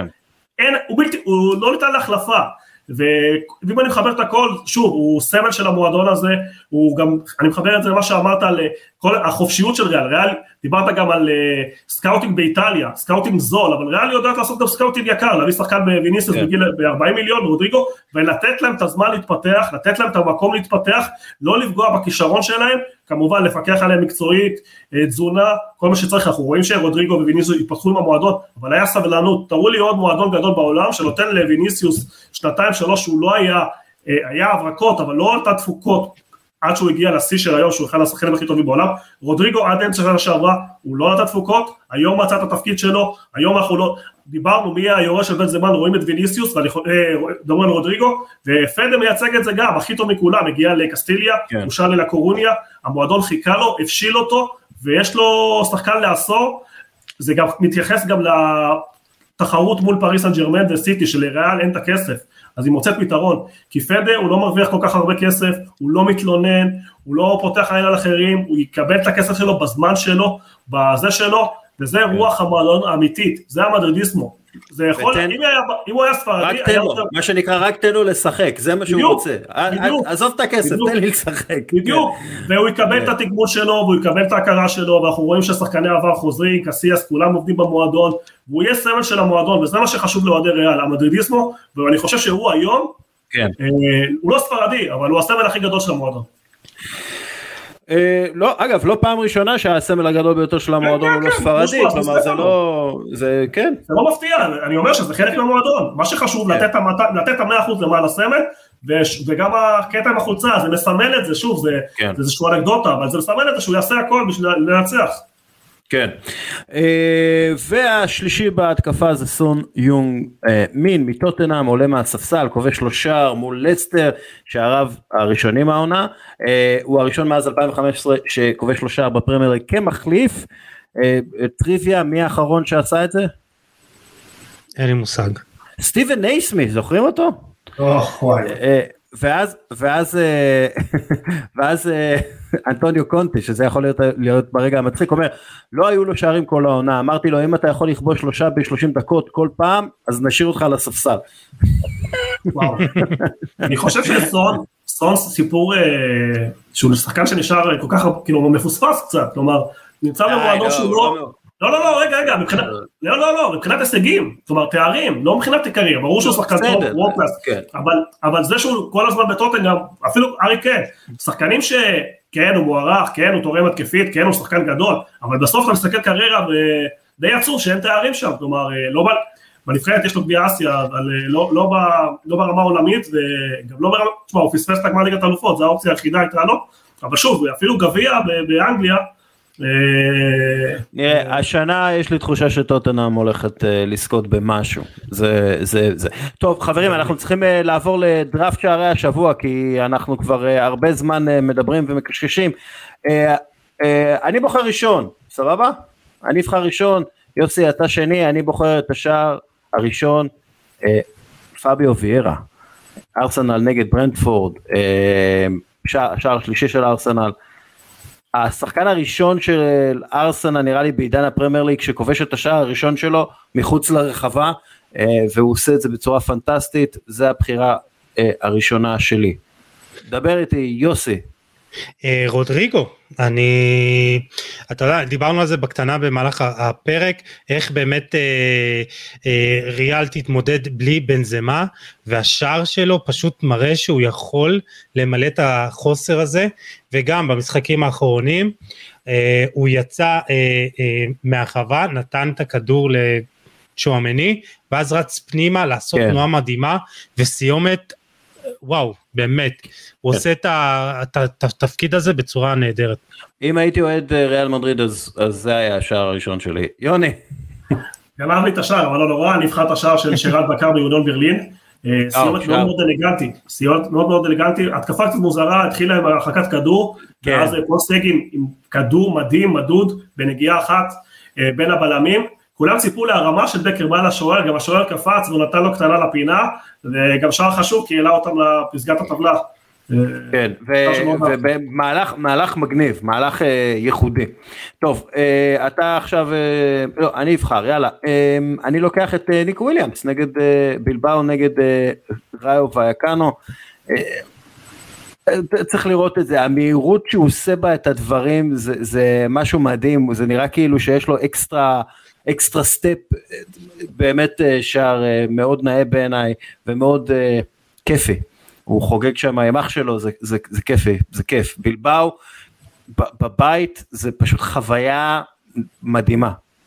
הוא לא ניתן להחלפה. ואם אני מחבר את הכל, שוב, הוא סמל של המועדון הזה, הוא גם, אני מחבר את זה למה שאמרת על כל החופשיות של ריאל, דיברת גם על סקאוטינג באיטליה, סקאוטינג זול, אבל ריאל יודעת לעשות גם סקאוטינג יקר, להביא שחקן בוויניסיוס בגיל ב-40 מיליון, רודריגו, ולתת להם את הזמן להתפתח, לתת להם את המקום להתפתח, לא לפגוע בכישרון שלהם, כמובן לפקח עליהם מקצועית, תזונה, כל מה שצריך, אנחנו רואים שרודריגו וויניסיוס יפתחו עם המועדון, אבל היה סבלנות, תראו לי עוד מועדון גדול בעולם, שנותן לוויניסיוס 2-3 שהוא לא היה הברקות, אבל לא עלתה תפוקות, עד שהוא הגיע לשיא של היום, שהוא אחד השחקנים הכי טובים בעולם, רודריגו עד אמצע שנה שעברה, הוא לא נתן תפוקות, היום מצא את התפקיד שלו, היום אנחנו לא, דיברנו מי היורש של בן זמן, רואים את ויניסיוס, דומן רודריגו, ופדה מייצג את זה גם, הכי טוב מכולם, הגיע לקסטיליה, הוא שאל לקורוניה, המועדון חיכה לו, הפשיל אותו, ויש לו שחקן לעשור, זה גם מתייחס גם לתחרות מול פריס סן ז'רמן וסיטי, שלריאל אין את הכסף, אז היא מוצאת פתרון, כי פדה הוא לא מרוויח כל כך הרבה כסף, הוא לא מתלונן, הוא לא פותח עין על אחרים, הוא יקבל את הכסף שלו בזמן שלו, בזה שלו, וזה רוח המועדון האמיתית, זה המדרידיסמו, זה יכול, אם הוא היה ספרדי, מה שנקרא רק תן לו לשחק, זה מה שהוא רוצה, עזוב את הכסף, תן לי לשחק. בדיוק, והוא יקבל את התגמול שלו, והוא יקבל את ההכרה שלו, ואנחנו רואים ששחקני עבר חוזרים, קסיאס, כולם עובדים במועדון, והוא יהיה סמל של המועדון, וזה מה שחשוב לאוהדי ריאל, המדרידיסמו, ואני חושב שהוא היום, הוא לא ספרדי, אבל הוא הסמל הכי גדול של המועדון. לא, אגב, לא פעם ראשונה שהסמל הגדול ביותר של המועדון הוא לא ספרדי, כלומר זה לא, זה כן. זה לא מפתיע, אני אומר שזה חלק מהמועדון, מה שחשוב לתת את 100% למען הסמל, וגם הקטע עם החולצה, זה מסמל את זה, שוב, זה איזשהו אנקדוטה, אבל זה מסמל את זה שהוא יעשה הכל בשביל לנצח. כן, והשלישי בהתקפה זה סון יונג מין מטוטנהאם, עולה מהספסל, כובש 3 שער מול לסטר, שעריו הראשונים העונה, הוא הראשון מאז 2015 שכובש 3 שער בפרמייר ליג כמחליף. טריוויה, מי האחרון שעשה את זה? אין לי מושג. סטיבן נייסמית, זוכרים אותו? ואז אנטוניו קונטה, שזה יכול להיות ברגע המצחיק, אומר, לא היו לו שערים כל העונה, אמרתי לו, אם אתה יכול לכבוש 3 ב-30 דקות כל פעם, אז נשאיר אותך על הספסל. וואו, אני חושב שסון סיפור, שהוא שחקן שנשאר כל כך, כאילו, מפוספס קצת, כלומר, נמצא במועדון שהוא לא, רגע, מבחינת הישגים, כלומר תארים, לא מבחינת עיקרי, ברור שהוא שחקן טוב, וורקלאס, אבל זה שהוא כל הזמן בטוטנהאם, אפילו ארי קיין, שחקנים שכן הוא מוערך, כן הוא תורם התקפית, כן הוא שחקן גדול, אבל בסוף אתה מסתכל קריירה ודי עצוב שאין תארים שם, כלומר, בנבחרת יש לו גביע אסיה, אבל לא ברמה העולמית, וגם לא ברמה, תשמע, הוא פספס את הגמר ליגת האלופות, זו האופציה היחידה הייתה לו, אבל שוב, אפילו גביע באנגליה, נראה, השנה יש לי תחושה שטוטנהאם הולכת לזכות במשהו, זה. טוב חברים, אנחנו צריכים לעבור לדראפט שערי השבוע, כי אנחנו כבר הרבה זמן מדברים ומקשקשים. אני בוחר ראשון, סבבה? אני אבחר ראשון, יוסי אתה שני, אני בוחר את השער הראשון, פאביו ויארה, ארסנל נגד ברנטפורד, השער השלישי של ארסנל, השחקן הראשון של ארסנל נראה לי בעידן הפרמייר ליג שכובש את השער הראשון שלו מחוץ לרחבה, והוא עושה את זה בצורה פנטסטית, זה הבחירה הראשונה שלי. דבר איתי יוסי. רודריגו, אתה יודע, דיברנו על זה בקטנה במהלך הפרק, איך באמת ריאל תתמודד בלי בנזמה, והשער שלו פשוט מראה שהוא יכול למלא את החוסר הזה, וגם במשחקים האחרונים, הוא יצא מהרחבה, נתן את הכדור לצ'ואמני, ואז רץ פנימה לעשות תנועה מדהימה, וסיומת, וואו, באמת, הוא עושה את התפקיד הזה בצורה נהדרת. אם הייתי אוהד ריאל מדריד, אז זה היה השער הראשון שלי. יוני. גמר לי את השער, אבל לא נורא, נבחר את השער של שירת בקר ביונון ברלין, סיומת מאוד מאוד אלגנטי, סיומת מאוד מאוד אלגנטי, התקפה קצת מוזרה, התחילה עם הרחקת כדור, ואז פוסטגין עם כדור מדהים, מדוד, בנגיעה אחת בין הבלמים, כולם ציפו להרמה של בקר בא לשוער, גם השוער קפץ והוא נתן לו קטנה לפינה, וגם שער חשוב כי העלה אותם לפסגת הטבלה. כן, ומהלך מגניב, מהלך ייחודי. טוב, אתה עכשיו, לא, אני אבחר, יאללה, אני לוקח את ניק וויליאמס, נגד בלבאו, נגד ראיו ויאקנו, צריך לראות את זה, המהירות שהוא עושה בה את הדברים, זה משהו מדהים, זה נראה כאילו שיש לו אקסטרה סטפ, באמת שער מאוד נאה בעיניי, ומאוד כיפי, הוא חוגג שם עם אח שלו, זה כיפי, זה כיף, בלבאו, בבית, זה פשוט חוויה מדהימה.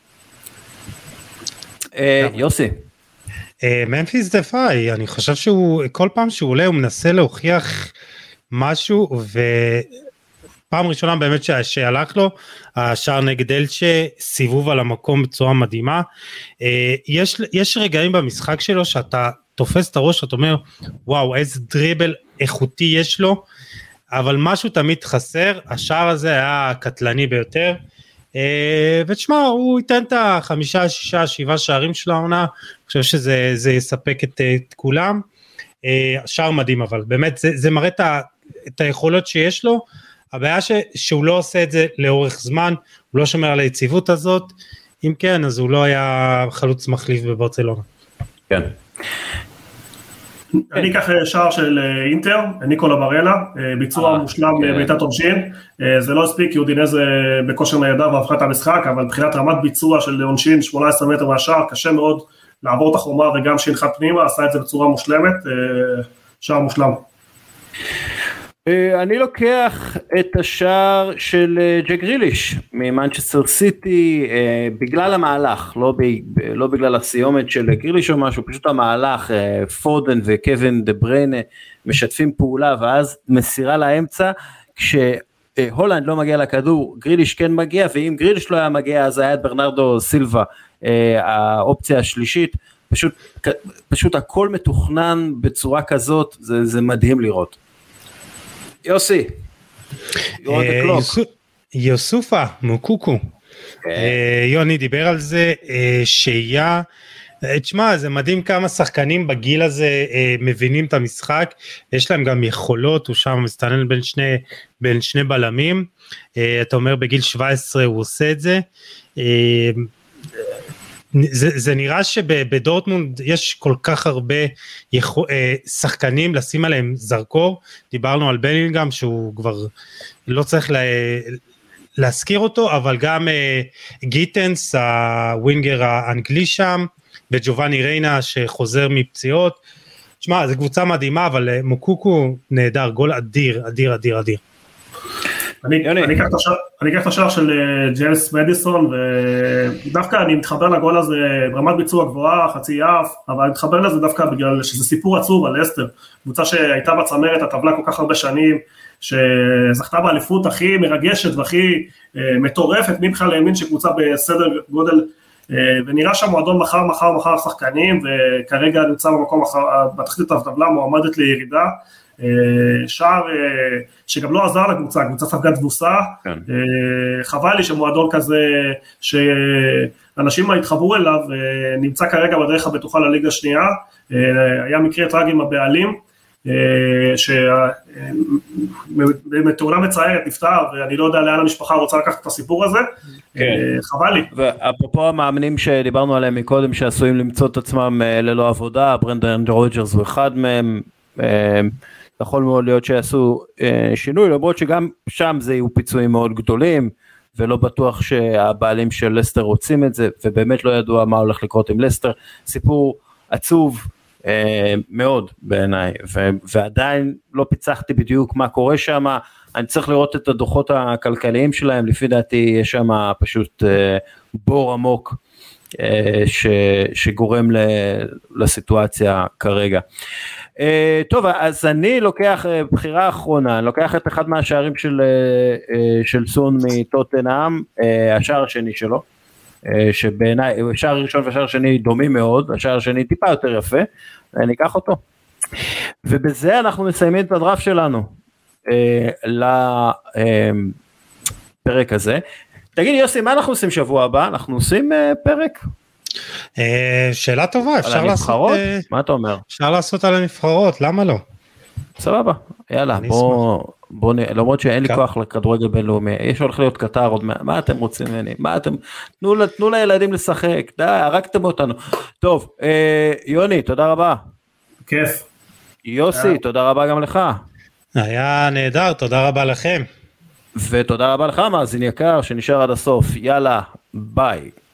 יוסי. ממפיס דפאי, אני חושב שהוא, כל פעם שהוא עולה, הוא מנסה להוכיח משהו, פעם ראשונה באמת שהלך לו, השער נגד אלצ'ה, סיבוב על המקום בצורה מדהימה, יש רגעים במשחק שלו, שאתה תופס את הראש, אתה אומר, וואו, איזה דריבל איכותי יש לו, אבל משהו תמיד חסר, השער הזה היה קטלני ביותר, ותשמע, הוא ייתן את 5, 6, 7 שערים של העונה, אני חושב שזה יספק את כולם, השער מדהים, אבל באמת זה מראה את היכולות שיש לו, הבעיה שהוא לא עושה את זה לאורך זמן, הוא לא שומר על היציבות הזאת, אם כן, אז הוא לא היה חלוץ מחליף בברצלונה. כן. אני אקח שער של אינטר, ניקולה ברלה, ביצוע מושלם בעיטת עונשין, זה לא הספיק, כי אודינזה בכושר ניידה והפכה את המשחק, אבל מבחינת רמת ביצוע של עונשין 18 מטר מהשער, קשה מאוד לעבור את החומה וגם שינחת פנימה, עשה את זה בצורה מושלמת, שער מושלם. אני לוקח את השער של ג'ק גריליש ממנצ'סטר סיטי, בגלל המהלך, לא בגלל הסיומת של גריליש או משהו, פשוט המהלך, פודן וקווין דה בריינה משתפים פעולה, ואז מסירה לאמצע, כשהולנד לא מגיע לכדור, גריליש כן מגיע, ואם גריליש לא היה מגיע, אז היה את ברנרדו סילבה, האופציה השלישית, פשוט הכל מתוכנן בצורה כזאת, זה מדהים לראות. יוסי, יוסופה מוקוקו, יוני דיבר על זה, שהיה, תשמע, זה מדהים כמה שחקנים בגיל הזה מבינים את המשחק, יש להם גם יכולות, הוא שם מסתנן בין שני בלמים, אתה אומר בגיל 17 הוא עושה את זה, זה נראה שבדורטמונד יש כל כך הרבה שחקנים לשים עליהם זרקור, דיברנו על בלינגהאם שהוא כבר לא צריך להזכיר אותו, אבל גם גיטנס הווינגר האנגלי שם, וג'ובאני ריינה שחוזר מפציעות, תשמע, זו קבוצה מדהימה, אבל מוקוקו נהדר, גול אדיר, אדיר, אדיר, אדיר. אני אקח את השער של ג'יימס מדיסון, ודווקא אני מתחבר לגול הזה ברמת ביצוע גבוהה, חצי יף, אבל אני מתחבר לזה דווקא בגלל שזה סיפור עצוב על לסטר, קבוצה שהייתה בצמרת הטבלה כל כך הרבה שנים, שזכתה באליפות הכי מרגשת והכי מטורפת, מי בכלל האמין שקבוצה בסדר גודל, ונראה שהמועדון מחר שחקנים, וכרגע נמצא במקום בתחתית הטבלה מועמדת לירידה, שער שגם לא עזר לקבוצה, קבוצה ספגה תבוסה, חבל לי שמועדון כזה שאנשים התחברו אליו, נמצא כרגע בדרך הבטוחה לליגה השנייה, היה מקרה טרגי עם הבעלים, שבתאונה מצערת נפטר, ואני לא יודע לאן המשפחה רוצה לקחת את הסיפור הזה, חבל לי. ואפרופו המאמנים שדיברנו עליהם מקודם, שעשויים למצוא את עצמם ללא עבודה, ברנדן רוג'רס הוא אחד מהם, יכול מאוד להיות שיעשו שינוי, למרות שגם שם זה יהיו פיצויים מאוד גדולים, ולא בטוח שהבעלים של לסטר רוצים את זה, ובאמת לא ידוע מה הולך לקרות עם לסטר, סיפור עצוב מאוד בעיניי, ועדיין לא פיצחתי בדיוק מה קורה שם, אני צריך לראות את הדוחות הכלכליים שלהם, לפי דעתי יש שם פשוט בור עמוק, שגורם לסיטואציה כרגע. טוב, אז אני לוקח בחירה אחרונה, אני לוקח את אחד מהשערים של סון מטוטנהאם, השער השני שלו, שבעיניי, השער הראשון והשער השני דומים מאוד, השער השני טיפה יותר יפה, אני אקח אותו. ובזה אנחנו מסיימים את הדראפט שלנו, לפרק הזה. תגיד יוסי, מה אנחנו עושים שבוע הבא? אנחנו עושים פרק? שאלה טובה, אפשר לעשות... מה אתה אומר? אפשר לעשות על הנבחרות, למה לא? סבבה, יאללה, בוא למרות שאין לי כוח לכדורגל בינלאומי, יש הולך להיות קטר עוד, מה אתם רוצים ממני? מה אתם... תנו לילדים לשחק, די, הרגתם אותנו. טוב, יוני, תודה רבה. כיף. יוסי, תודה רבה גם לך. היה נהדר, תודה רבה לכם. ותודה רבה לך, מאזין יקר, שנשאר עד הסוף. יאללה, ביי.